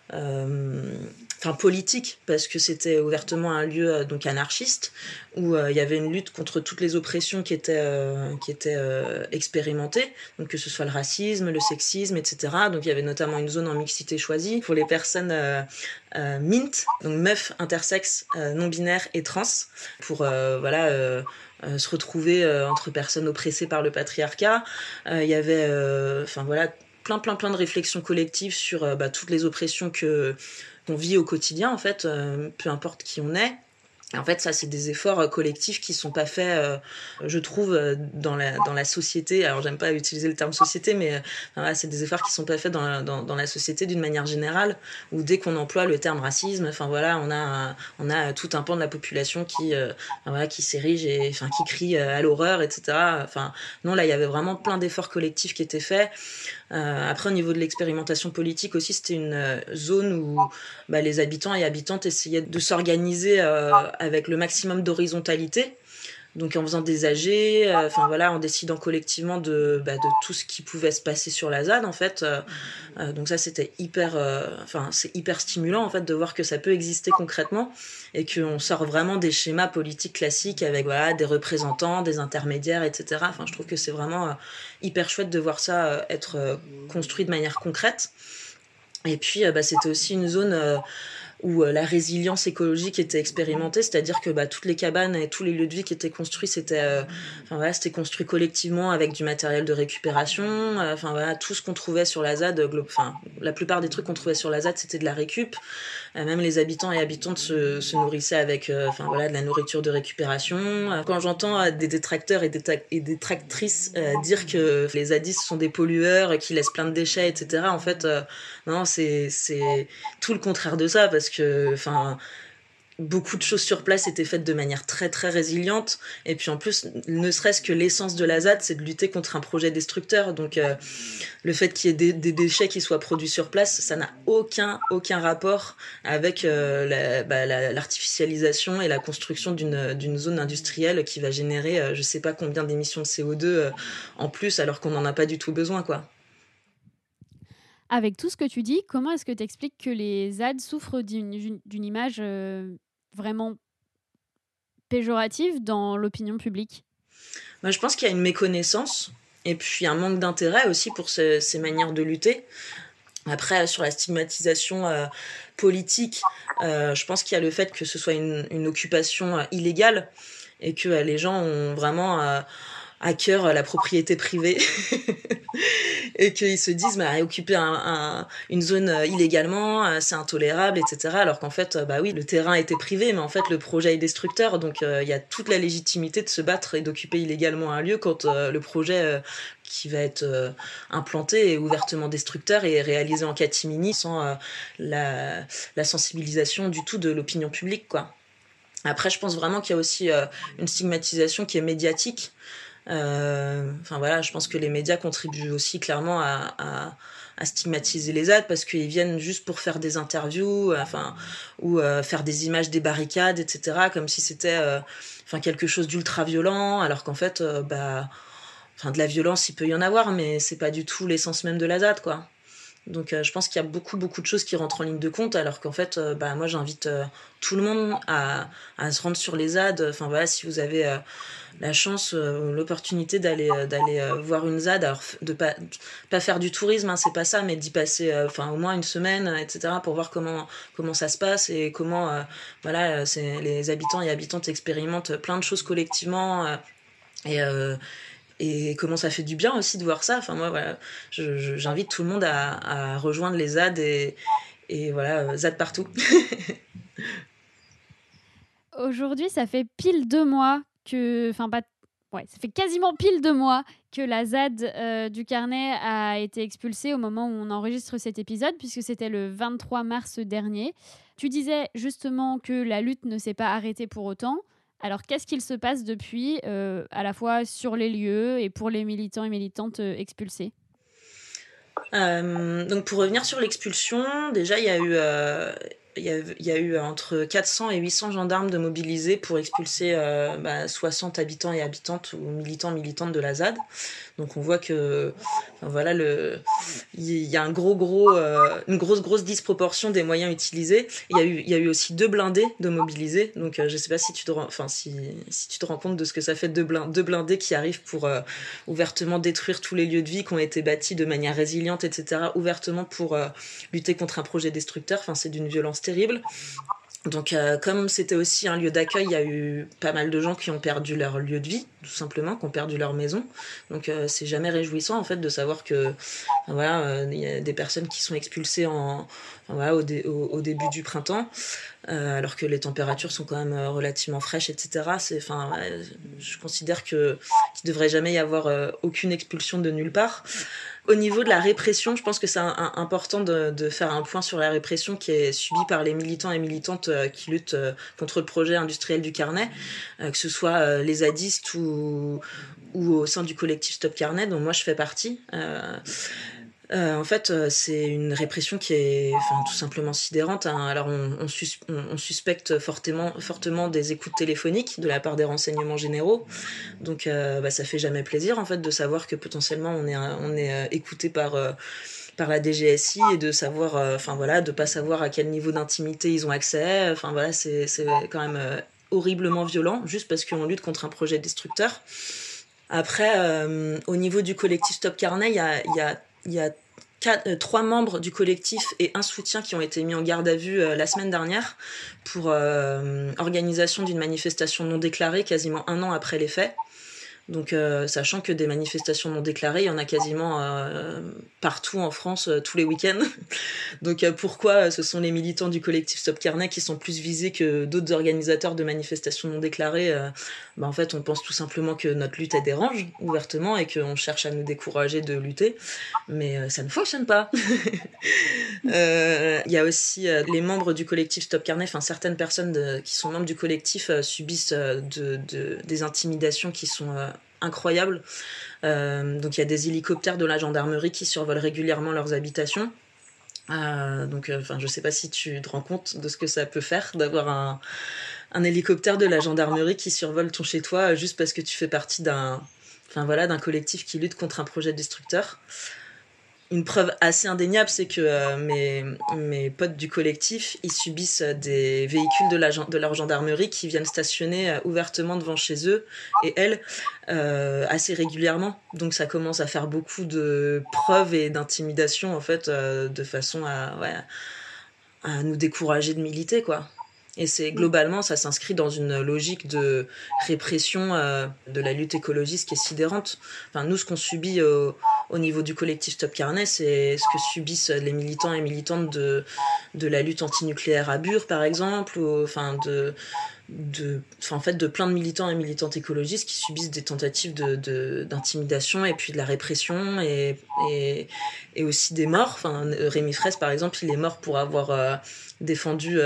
politique, parce que c'était ouvertement un lieu donc anarchiste où il y avait une lutte contre toutes les oppressions qui étaient expérimentées, donc que ce soit le racisme, le sexisme, etc. Donc il y avait notamment une zone en mixité choisie pour les personnes MINT, donc meufs, intersexes, non-binaires et trans, pour se retrouver entre personnes oppressées par le patriarcat. Il y avait plein de réflexions collectives sur toutes les oppressions qu'on vit au quotidien, en fait, peu importe qui on est. Et en fait, ça, c'est des efforts collectifs qui sont pas faits, je trouve, dans la société. Alors, j'aime pas utiliser le terme société, mais c'est des efforts qui sont pas faits dans la société d'une manière générale, où dès qu'on emploie le terme racisme, on a tout un pan de la population qui s'érige et qui crie à l'horreur, etc. Non, là, il y avait vraiment plein d'efforts collectifs qui étaient faits. Après, au niveau de l'expérimentation politique aussi, c'était une zone où les habitants et habitantes essayaient de s'organiser avec le maximum d'horizontalité, donc en faisant des AG, en décidant collectivement de tout ce qui pouvait se passer sur la ZAD, en fait. Donc ça, c'était c'est hyper stimulant, en fait, de voir que ça peut exister concrètement et qu'on sort vraiment des schémas politiques classiques avec des représentants, des intermédiaires, etc. Je trouve que c'est vraiment hyper chouette de voir ça être construit de manière concrète. Et puis, c'était aussi une zone où la résilience écologique était expérimentée, c'est-à-dire que toutes les cabanes et tous les lieux de vie qui étaient construits, c'était construit collectivement avec du matériel de récupération. Tout ce qu'on trouvait sur la ZAD, la plupart des trucs qu'on trouvait sur la ZAD, c'était de la récup. Même les habitants et habitantes se nourrissaient avec de la nourriture de récupération. Quand j'entends des détracteurs et des détractrices dire que les zadistes sont des pollueurs, qui laissent plein de déchets, etc., en fait, non, c'est tout le contraire de ça, parce que beaucoup de choses sur place étaient faites de manière très très résiliente, et puis en plus, ne serait-ce que l'essence de la ZAD, c'est de lutter contre un projet destructeur. Donc le fait qu'il y ait des déchets qui soient produits sur place, ça n'a aucun rapport avec l'artificialisation et la construction d'une zone industrielle qui va générer je sais pas combien d'émissions de CO2 en plus, alors qu'on n'en a pas du tout besoin, quoi. Avec tout ce que tu dis, comment est-ce que tu expliques que les ZAD souffrent d'une image vraiment péjorative dans l'opinion publique ? Moi, je pense qu'il y a une méconnaissance et puis un manque d'intérêt aussi pour ces manières de lutter. Après, sur la stigmatisation politique, je pense qu'il y a le fait que ce soit une occupation illégale et que les gens ont vraiment à cœur la propriété privée et qu'ils se disent occuper une zone illégalement, c'est intolérable, etc. Alors qu'en fait, oui, le terrain était privé, mais en fait, le projet est destructeur. Donc, il y a toute la légitimité de se battre et d'occuper illégalement un lieu quand le projet qui va être implanté est ouvertement destructeur et réalisé en catimini sans la sensibilisation du tout de l'opinion publique, quoi. Après, je pense vraiment qu'il y a aussi une stigmatisation qui est médiatique. Je pense que les médias contribuent aussi clairement à stigmatiser les ZAD parce qu'ils viennent juste pour faire des interviews, ou faire des images des barricades, etc. Comme si c'était quelque chose d'ultra violent, alors qu'en fait, de la violence, il peut y en avoir, mais c'est pas du tout l'essence même de la ZAD, quoi. Donc je pense qu'il y a beaucoup de choses qui rentrent en ligne de compte, alors qu'en fait, moi j'invite tout le monde à se rendre sur les ZAD. Si vous avez la chance, l'opportunité d'aller voir une ZAD, alors de pas faire du tourisme, c'est pas ça, mais d'y passer au moins une semaine, etc., pour voir comment ça se passe et comment les habitants et habitantes expérimentent plein de choses collectivement et comment ça fait du bien aussi de voir ça. J'invite tout le monde à rejoindre les ZAD et voilà, ZAD partout. Aujourd'hui, ça fait pile 2 mois ça fait quasiment pile 2 mois que la ZAD du Carnet a été expulsée au moment où on enregistre cet épisode, puisque c'était le 23 mars dernier. Tu disais justement que la lutte ne s'est pas arrêtée pour autant. Alors, qu'est-ce qu'il se passe depuis, à la fois sur les lieux et pour les militants et militantes expulsés ? Donc, pour revenir sur l'expulsion, déjà, il y a eu entre 400 et 800 gendarmes de mobilisés pour expulser 60 habitants et habitantes ou militantes de la ZAD. Donc on voit que il y a une grosse disproportion des moyens utilisés. Il y a eu aussi 2 blindés de mobilisés. Donc je sais pas si tu te rends compte de ce que ça fait, 2 blindés qui arrivent pour ouvertement détruire tous les lieux de vie qui ont été bâtis de manière résiliente, etc., ouvertement pour lutter contre un projet destructeur. C'est d'une violence terrible. Donc, comme c'était aussi un lieu d'accueil, il y a eu pas mal de gens qui ont perdu leur lieu de vie, tout simplement, qui ont perdu leur maison. Donc, c'est jamais réjouissant, en fait, de savoir que, il y a des personnes qui sont expulsées au début du printemps, alors que les températures sont quand même relativement fraîches, etc. Je considère qu'il devrait jamais y avoir aucune expulsion de nulle part. Au niveau de la répression, je pense que c'est important de faire un point sur la répression qui est subie par les militants et militantes qui luttent contre le projet industriel du Carnet, que ce soit les zadistes ou au sein du collectif Stop Carnet, dont moi je fais partie. En fait, c'est une répression qui est tout simplement sidérante. Alors, on suspecte fortement des écoutes téléphoniques de la part des renseignements généraux. Donc, ça fait jamais plaisir, en fait, de savoir que potentiellement on est écouté par la DGSI et de savoir, de pas savoir à quel niveau d'intimité ils ont accès. C'est quand même horriblement violent, juste parce qu'on lutte contre un projet destructeur. Après, au niveau du collectif Stop Carnet, il y a 3 membres du collectif et un soutien qui ont été mis en garde à vue la semaine dernière pour organisation d'une manifestation non déclarée quasiment 1 an après les faits. Donc, sachant que des manifestations non déclarées, il y en a quasiment partout en France, tous les week-ends. Donc, pourquoi ce sont les militants du collectif Stop Carnet qui sont plus visés que d'autres organisateurs de manifestations non déclarées? En fait, on pense tout simplement que notre lutte, elle dérange ouvertement et qu'on cherche à nous décourager de lutter. Mais ça ne fonctionne pas. Il y a aussi les membres du collectif Stop Carnet, enfin certaines personnes qui sont membres du collectif subissent des intimidations qui sont incroyables. Donc il y a des hélicoptères de la gendarmerie qui survolent régulièrement leurs habitations. Je sais pas si tu te rends compte de ce que ça peut faire d'avoir un hélicoptère de la gendarmerie qui survole ton chez toi juste parce que tu fais partie d'un collectif qui lutte contre un projet destructeur. Une preuve assez indéniable, c'est que mes potes du collectif, ils subissent des véhicules de leur gendarmerie qui viennent stationner ouvertement devant chez eux et elles assez régulièrement. Donc ça commence à faire beaucoup de preuves et d'intimidation en fait, de façon à nous décourager de militer, quoi. Et c'est globalement, ça s'inscrit dans une logique de répression de la lutte écologiste qui est sidérante. Enfin, nous, ce qu'on subit au niveau du collectif Stop Carnet, c'est ce que subissent les militants et militantes de la lutte antinucléaire à Bure, par exemple, de plein de militants et militantes écologistes qui subissent des tentatives d'intimidation et puis de la répression et aussi des morts. Enfin, Rémi Fraisse, par exemple, il est mort pour avoir défendu,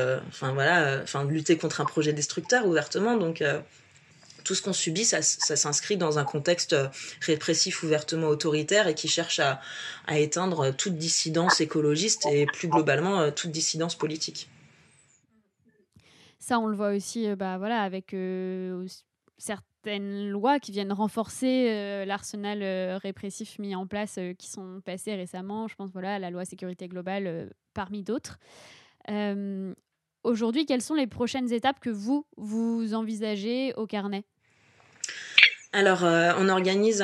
lutter contre un projet destructeur ouvertement. Donc, tout ce qu'on subit, ça s'inscrit dans un contexte répressif ouvertement autoritaire et qui cherche à éteindre toute dissidence écologiste et plus globalement toute dissidence politique. Ça, on le voit aussi avec certaines lois qui viennent renforcer l'arsenal répressif mis en place qui sont passées récemment. Je pense à la loi sécurité globale parmi d'autres. Aujourd'hui, quelles sont les prochaines étapes que vous envisagez au Carnet ? Alors, on organise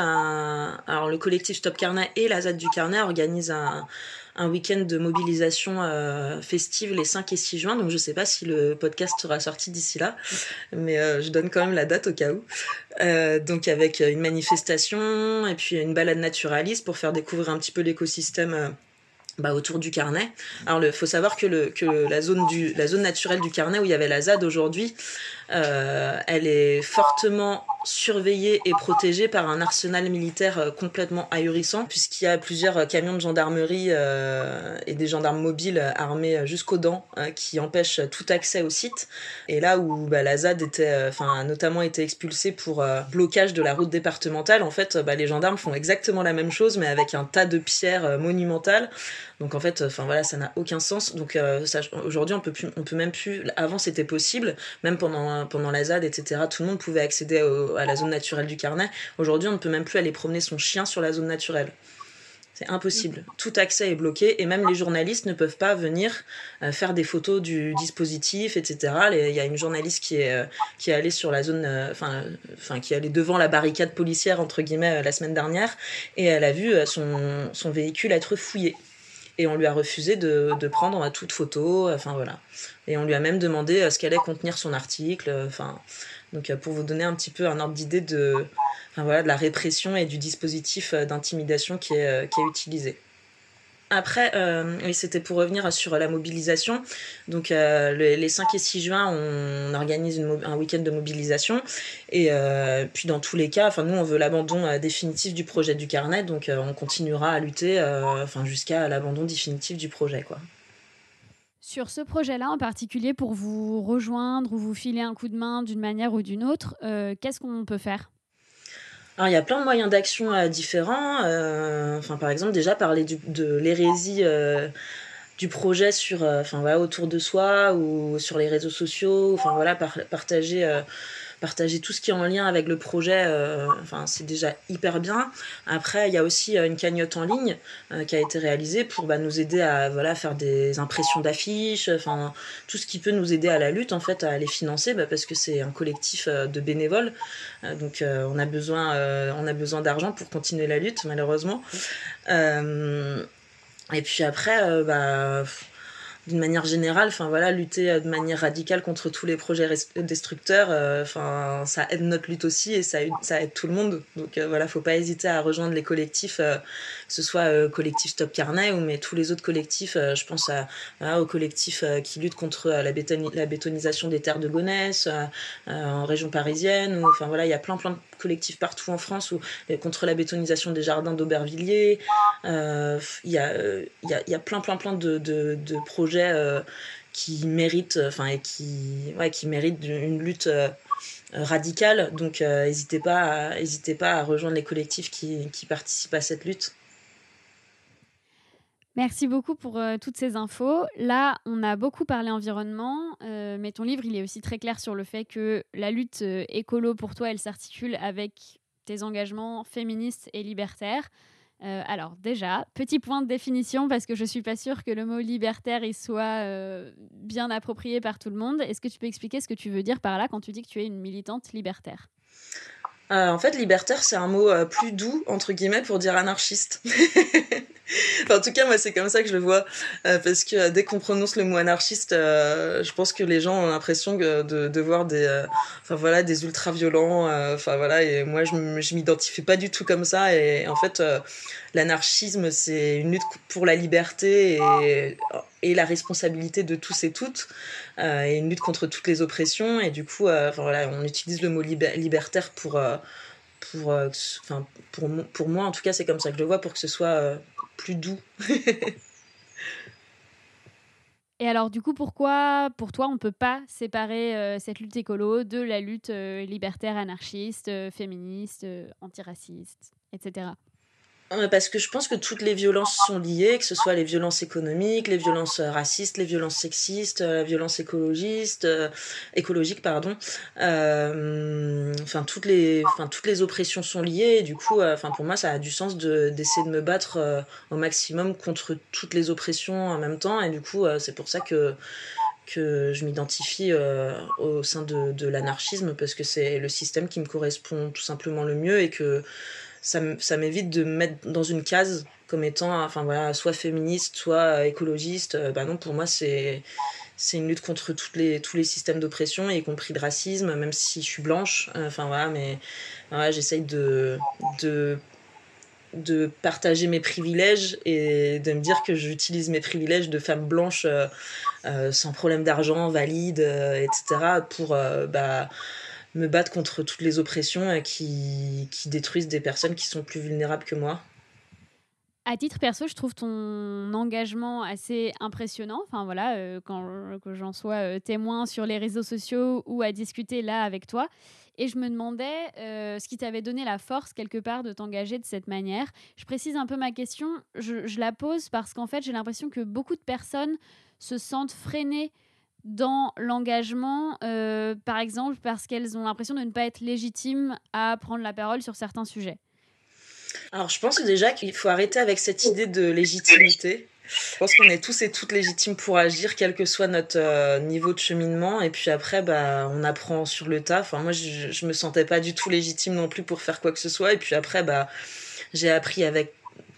le collectif Stop Carnet et la ZAD du Carnet organisent un week-end de mobilisation festive les 5 et 6 juin. Donc, je ne sais pas si le podcast sera sorti d'ici là, mais je donne quand même la date au cas où. Donc, avec une manifestation et puis une balade naturaliste pour faire découvrir un petit peu l'écosystème autour du Carnet. Alors, faut savoir que la zone naturelle du Carnet où il y avait la ZAD aujourd'hui, elle est fortement surveillée et protégée par un arsenal militaire complètement ahurissant, puisqu'il y a plusieurs camions de gendarmerie et des gendarmes mobiles armés jusqu'aux dents qui empêchent tout accès au site. Et là où la ZAD a notamment été expulsée pour blocage de la route départementale, en fait, les gendarmes font exactement la même chose, mais avec un tas de pierres monumentales. Donc en fait, ça n'a aucun sens. Donc aujourd'hui, on peut même plus. Avant, c'était possible, même pendant la ZAD, etc. Tout le monde pouvait accéder à la zone naturelle du Carnet. Aujourd'hui, on ne peut même plus aller promener son chien sur la zone naturelle. C'est impossible. Tout accès est bloqué et même les journalistes ne peuvent pas venir faire des photos du dispositif, etc. Il y a une journaliste qui est allée sur la zone, qui est allée devant la barricade policière entre guillemets la semaine dernière et elle a vu son véhicule être fouillé. Et on lui a refusé de prendre toute photo, Et on lui a même demandé ce qu'allait contenir son article, Donc, pour vous donner un petit peu un ordre d'idée de la répression et du dispositif d'intimidation qui est utilisé. Après, c'était pour revenir sur la mobilisation. Donc, les 5 et 6 juin, on organise un week-end de mobilisation. Et puis, dans tous les cas, nous, on veut l'abandon définitif du projet du Carnet. Donc, on continuera à lutter jusqu'à l'abandon définitif du projet, quoi. Sur ce projet-là en particulier, pour vous rejoindre ou vous filer un coup de main d'une manière ou d'une autre, qu'est-ce qu'on peut faire ? Alors, il y a plein de moyens d'action différents. Par exemple, déjà parler de l'hérésie du projet autour de soi ou sur les réseaux sociaux. Partager tout ce qui est en lien avec le projet, c'est déjà hyper bien. Après, il y a aussi une cagnotte en ligne qui a été réalisée pour nous aider à faire des impressions d'affiches, tout ce qui peut nous aider à la lutte, en fait, à les financer, parce que c'est un collectif de bénévoles. Donc, on a besoin d'argent pour continuer la lutte, malheureusement. Et puis après, d'une manière générale, enfin voilà, lutter de manière radicale contre tous les projets destructeurs, enfin ça aide notre lutte aussi et ça aide tout le monde. Donc voilà, faut pas hésiter à rejoindre les collectifs, que ce soit collectif Stop Carnet ou mais tous les autres collectifs. Je pense au collectif qui lutte contre la bétonisation des terres de Gonesse en région parisienne. Ou, enfin voilà, il y a plein de collectifs partout en France contre la bétonisation des jardins d'Aubervilliers. Il y a plein de projets qui méritent, qui méritent une lutte radicale. Donc, n'hésitez pas à rejoindre les collectifs qui participent à cette lutte. Merci beaucoup pour toutes ces infos. Là, on a beaucoup parlé environnement, mais ton livre, il est aussi très clair sur le fait que la lutte écolo, pour toi, elle s'articule avec tes engagements féministes et libertaires. Alors déjà, petit point de définition, parce que je ne suis pas sûre que le mot libertaire il soit bien approprié par tout le monde. Est-ce que tu peux expliquer ce que tu veux dire par là quand tu dis que tu es une militante libertaire ? En fait, libertaire, c'est un mot plus doux, entre guillemets, pour dire anarchiste. Enfin, en tout cas, moi, c'est comme ça que je le vois. Parce que dès qu'on prononce le mot anarchiste, je pense que les gens ont l'impression de voir des ultra-violents. Et moi, je m'identifie pas du tout comme ça. Et en fait, l'anarchisme, c'est une lutte pour la liberté et la responsabilité de tous et toutes. Et une lutte contre toutes les oppressions. Et du coup, on utilise le mot libertaire pour moi, en tout cas, c'est comme ça que je le vois, pour que ce soit plus doux. Et alors, du coup, pourquoi, pour toi, on ne peut pas séparer cette lutte écolo de la lutte libertaire, anarchiste, féministe, antiraciste, etc. Parce que je pense que toutes les violences sont liées, que ce soit les violences économiques, les violences racistes, les violences sexistes, la violence écologique, pardon. Toutes les oppressions sont liées. Et du coup, pour moi, ça a du sens d'essayer de me battre au maximum contre toutes les oppressions en même temps. Et du coup, c'est pour ça que je m'identifie au sein de l'anarchisme, parce que c'est le système qui me correspond tout simplement le mieux et que ça m'évite de me mettre dans une case comme étant soit féministe, soit écologiste. Non, pour moi, c'est une lutte contre tous les systèmes d'oppression, y compris de racisme, même si je suis blanche. J'essaye de partager mes privilèges et de me dire que j'utilise mes privilèges de femme blanche sans problème d'argent, valide, etc. pour me battre contre toutes les oppressions qui détruisent des personnes qui sont plus vulnérables que moi. À titre perso, je trouve ton engagement assez impressionnant. Que j'en sois témoin sur les réseaux sociaux ou à discuter là avec toi. Et je me demandais ce qui t'avait donné la force quelque part de t'engager de cette manière. Je précise un peu ma question. Je la pose parce qu'en fait, j'ai l'impression que beaucoup de personnes se sentent freinées dans l'engagement, par exemple, parce qu'elles ont l'impression de ne pas être légitimes à prendre la parole sur certains sujets. Alors, je pense déjà qu'il faut arrêter avec cette idée de légitimité. Je pense qu'on est tous et toutes légitimes pour agir, quel que soit notre niveau de cheminement. Et puis après, on apprend sur le tas. Moi, je me sentais pas du tout légitime non plus pour faire quoi que ce soit. Et puis après, j'ai appris avec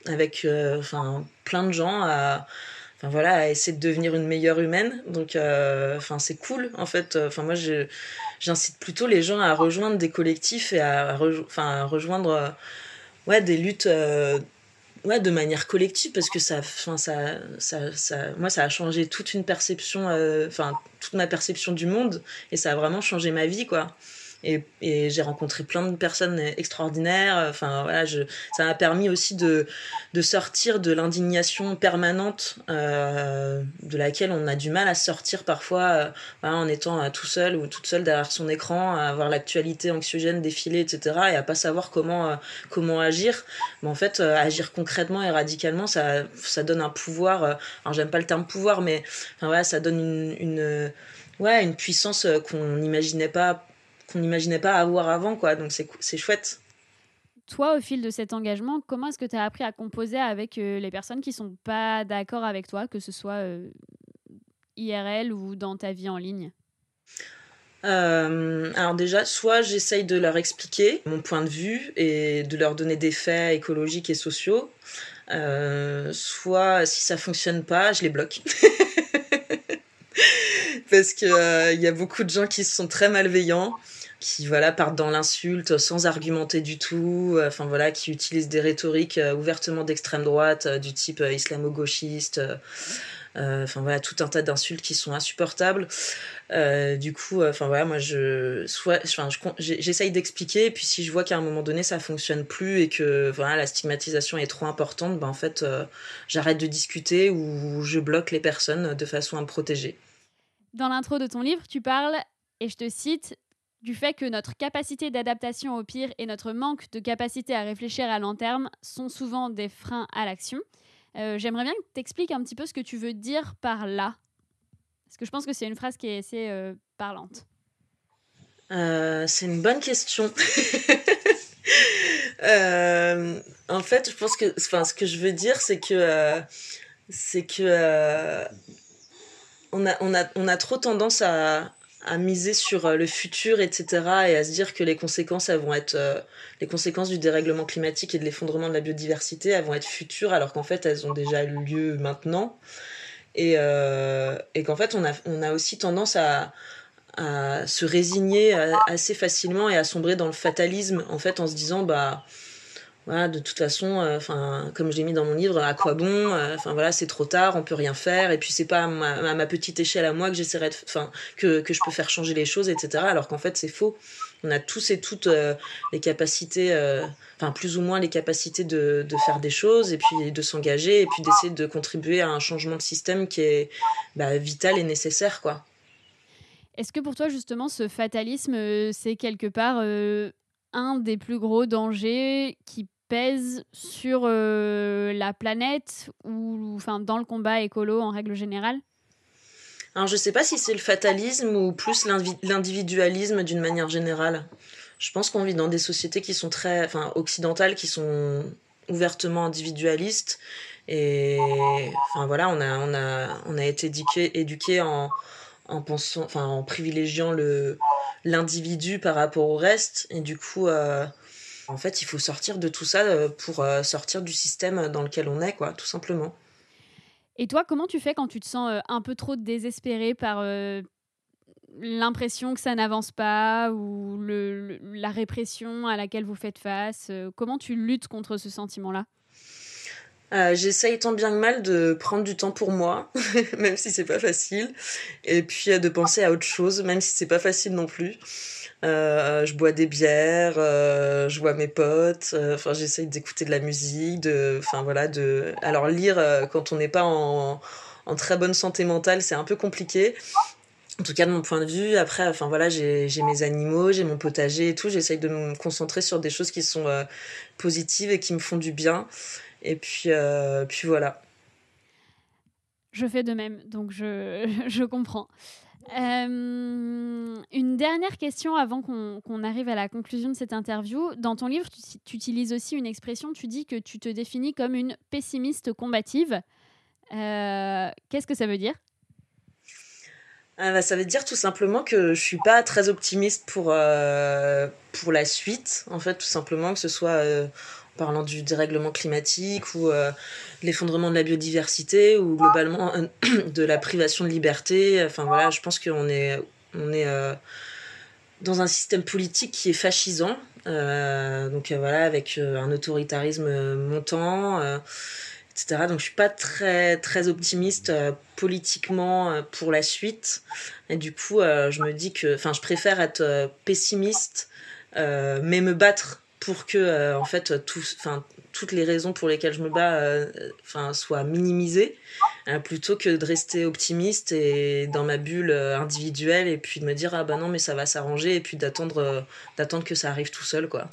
plein de gens à essayer de devenir une meilleure humaine. Donc, c'est cool, en fait. Moi, j'incite plutôt les gens à rejoindre des collectifs et à rejoindre des luttes de manière collective, parce que moi, ça a changé toute une perception, toute ma perception du monde, et ça a vraiment changé ma vie, quoi. Et j'ai rencontré plein de personnes extraordinaires. Ça m'a permis aussi de sortir de l'indignation permanente de laquelle on a du mal à sortir parfois en étant tout seul ou toute seule derrière son écran, à voir l'actualité anxiogène défiler, etc. et à pas savoir comment agir. Mais en fait, agir concrètement et radicalement, ça donne un pouvoir. Alors j'aime pas le terme pouvoir, mais ça donne une puissance qu'on n'imaginait pas avoir avant, quoi. Donc c'est chouette. Toi, au fil de cet engagement, comment est-ce que tu as appris à composer avec les personnes qui sont pas d'accord avec toi, que ce soit IRL ou dans ta vie en ligne ? Alors déjà, soit j'essaye de leur expliquer mon point de vue et de leur donner des faits écologiques et sociaux, soit si ça fonctionne pas, je les bloque. parce que y a beaucoup de gens qui sont très malveillants, qui partent dans l'insulte sans argumenter du tout, qui utilisent des rhétoriques ouvertement d'extrême droite, du type islamo-gauchiste, tout un tas d'insultes qui sont insupportables. Moi j'essaye d'expliquer, et puis si je vois qu'à un moment donné ça fonctionne plus et que la stigmatisation est trop importante, j'arrête de discuter ou je bloque les personnes de façon à me protéger. Dans l'intro de ton livre, tu parles, et je te cite, du fait que notre capacité d'adaptation au pire et notre manque de capacité à réfléchir à long terme sont souvent des freins à l'action. J'aimerais bien que tu expliques un petit peu ce que tu veux dire par là. Parce que je pense que c'est une phrase qui est assez parlante. C'est une bonne question. En fait, je pense que ce que je veux dire, c'est que on a trop tendance à miser sur le futur, etc., et à se dire que les conséquences, elles vont être les conséquences du dérèglement climatique et de l'effondrement de la biodiversité, elles vont être futures, alors qu'en fait, elles ont déjà eu lieu maintenant. Et qu'en fait, on a aussi tendance à se résigner assez facilement et à sombrer dans le fatalisme, en fait, en se disant, de toute façon, comme je l'ai mis dans mon livre, à quoi bon, c'est trop tard, on peut rien faire, et puis c'est pas à ma petite échelle à moi que j'essaierai que je peux faire changer les choses, etc. Alors qu'en fait, c'est faux. On a tous et toutes les capacités, plus ou moins les capacités de faire des choses, et puis de s'engager, et puis d'essayer de contribuer à un changement de système qui est vital et nécessaire, quoi. Est-ce que pour toi, justement, ce fatalisme, c'est quelque part un des plus gros dangers qui pèse sur la planète ou dans le combat écolo en règle générale ? Alors, je sais pas si c'est le fatalisme ou plus l'individualisme d'une manière générale. Je pense qu'on vit dans des sociétés qui sont très, occidentales, qui sont ouvertement individualistes. Et on a été éduqués en pensant, en privilégiant l'individu par rapport au reste. Et du coup, en fait, il faut sortir de tout ça pour sortir du système dans lequel on est, quoi, tout simplement. Et toi, comment tu fais quand tu te sens un peu trop désespéré par l'impression que ça n'avance pas ou la répression à laquelle vous faites face ? Comment tu luttes contre ce sentiment-là ? J'essaye tant bien que mal de prendre du temps pour moi, même si c'est pas facile, et puis de penser à autre chose, même si c'est pas facile non plus. Je bois des bières, je vois mes potes, j'essaye d'écouter de la musique, alors lire quand on n'est pas en très bonne santé mentale, c'est un peu compliqué. En tout cas, de mon point de vue. Après, j'ai mes animaux, j'ai mon potager et tout. J'essaye de me concentrer sur des choses qui sont positives et qui me font du bien. Et puis voilà. Je fais de même, donc je comprends. Une dernière question avant qu'on arrive à la conclusion de cette interview. Dans ton livre, tu utilises aussi une expression, tu dis que tu te définis comme une pessimiste combative. Qu'est-ce que ça veut dire ? Ça veut dire tout simplement que je suis pas très optimiste pour la suite. En fait, tout simplement que ce soit en parlant du dérèglement climatique ou l'effondrement de la biodiversité ou globalement de la privation de liberté. Je pense qu'on est dans un système politique qui est fascisant. Avec un autoritarisme montant. Etc. Donc je suis pas très très optimiste politiquement pour la suite, et du coup je me dis que je préfère être pessimiste mais me battre pour que toutes les raisons pour lesquelles je me bats soient minimisées, plutôt que de rester optimiste et dans ma bulle individuelle et puis de me dire non mais ça va s'arranger, et puis d'attendre que ça arrive tout seul, quoi.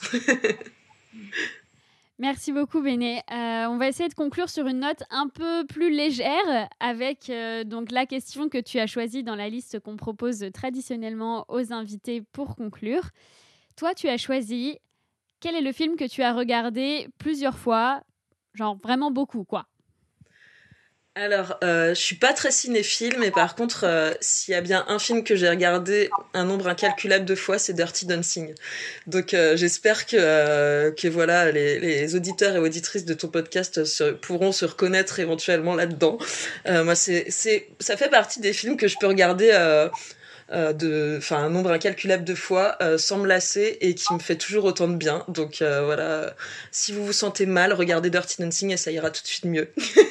Merci beaucoup, Béné. On va essayer de conclure sur une note un peu plus légère avec donc la question que tu as choisie dans la liste qu'on propose traditionnellement aux invités pour conclure. Toi, tu as choisi quel est le film que tu as regardé plusieurs fois, genre vraiment beaucoup, quoi. Alors, je suis pas très cinéphile, mais par contre, s'il y a bien un film que j'ai regardé un nombre incalculable de fois, c'est Dirty Dancing. Donc, j'espère que voilà, les auditeurs et auditrices de ton podcast pourront se reconnaître éventuellement là-dedans. Moi, ça fait partie des films que je peux regarder un nombre incalculable de fois sans me lasser et qui me fait toujours autant de bien. Donc voilà, si vous vous sentez mal, regardez Dirty Dancing et ça ira tout de suite mieux.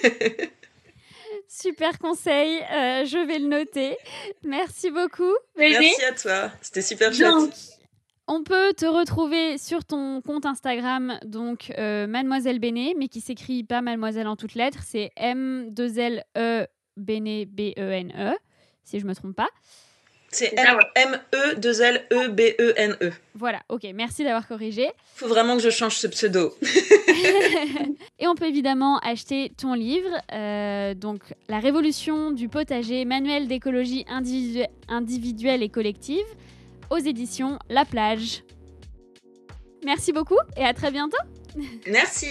Super conseil, je vais le noter. Merci beaucoup. Merci à toi, c'était super chouette. Donc, on peut te retrouver sur ton compte Instagram, donc Mademoiselle Béné, mais qui s'écrit pas Mademoiselle en toutes lettres, c'est M2LE Béné B-E-N-E, si je me trompe pas. C'est M-E-2-L-E-B-E-N-E. Voilà, ok, merci d'avoir corrigé. Faut vraiment que je change ce pseudo. Et on peut évidemment acheter ton livre, donc La révolution du potager, manuel d'écologie individuelle et collective, aux éditions La Plage. Merci beaucoup et à très bientôt. Merci.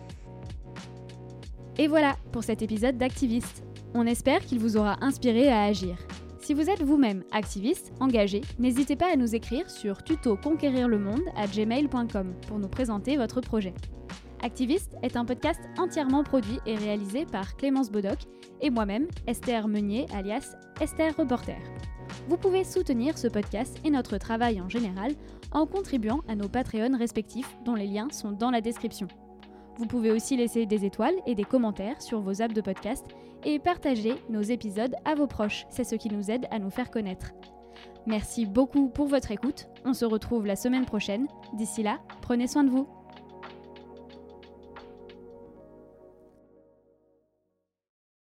Et voilà pour cet épisode d'Activiste. On espère qu'il vous aura inspiré à agir. Si vous êtes vous-même activiste, engagé, n'hésitez pas à nous écrire sur tutoconquérirlemonde@gmail.com pour nous présenter votre projet. Activiste est un podcast entièrement produit et réalisé par Clémence Bodoc et moi-même, Esther Meunier, alias Esther Reporter. Vous pouvez soutenir ce podcast et notre travail en général en contribuant à nos Patreons respectifs dont les liens sont dans la description. Vous pouvez aussi laisser des étoiles et des commentaires sur vos apps de podcast et partager nos épisodes à vos proches, c'est ce qui nous aide à nous faire connaître. Merci beaucoup pour votre écoute, on se retrouve la semaine prochaine. D'ici là, prenez soin de vous.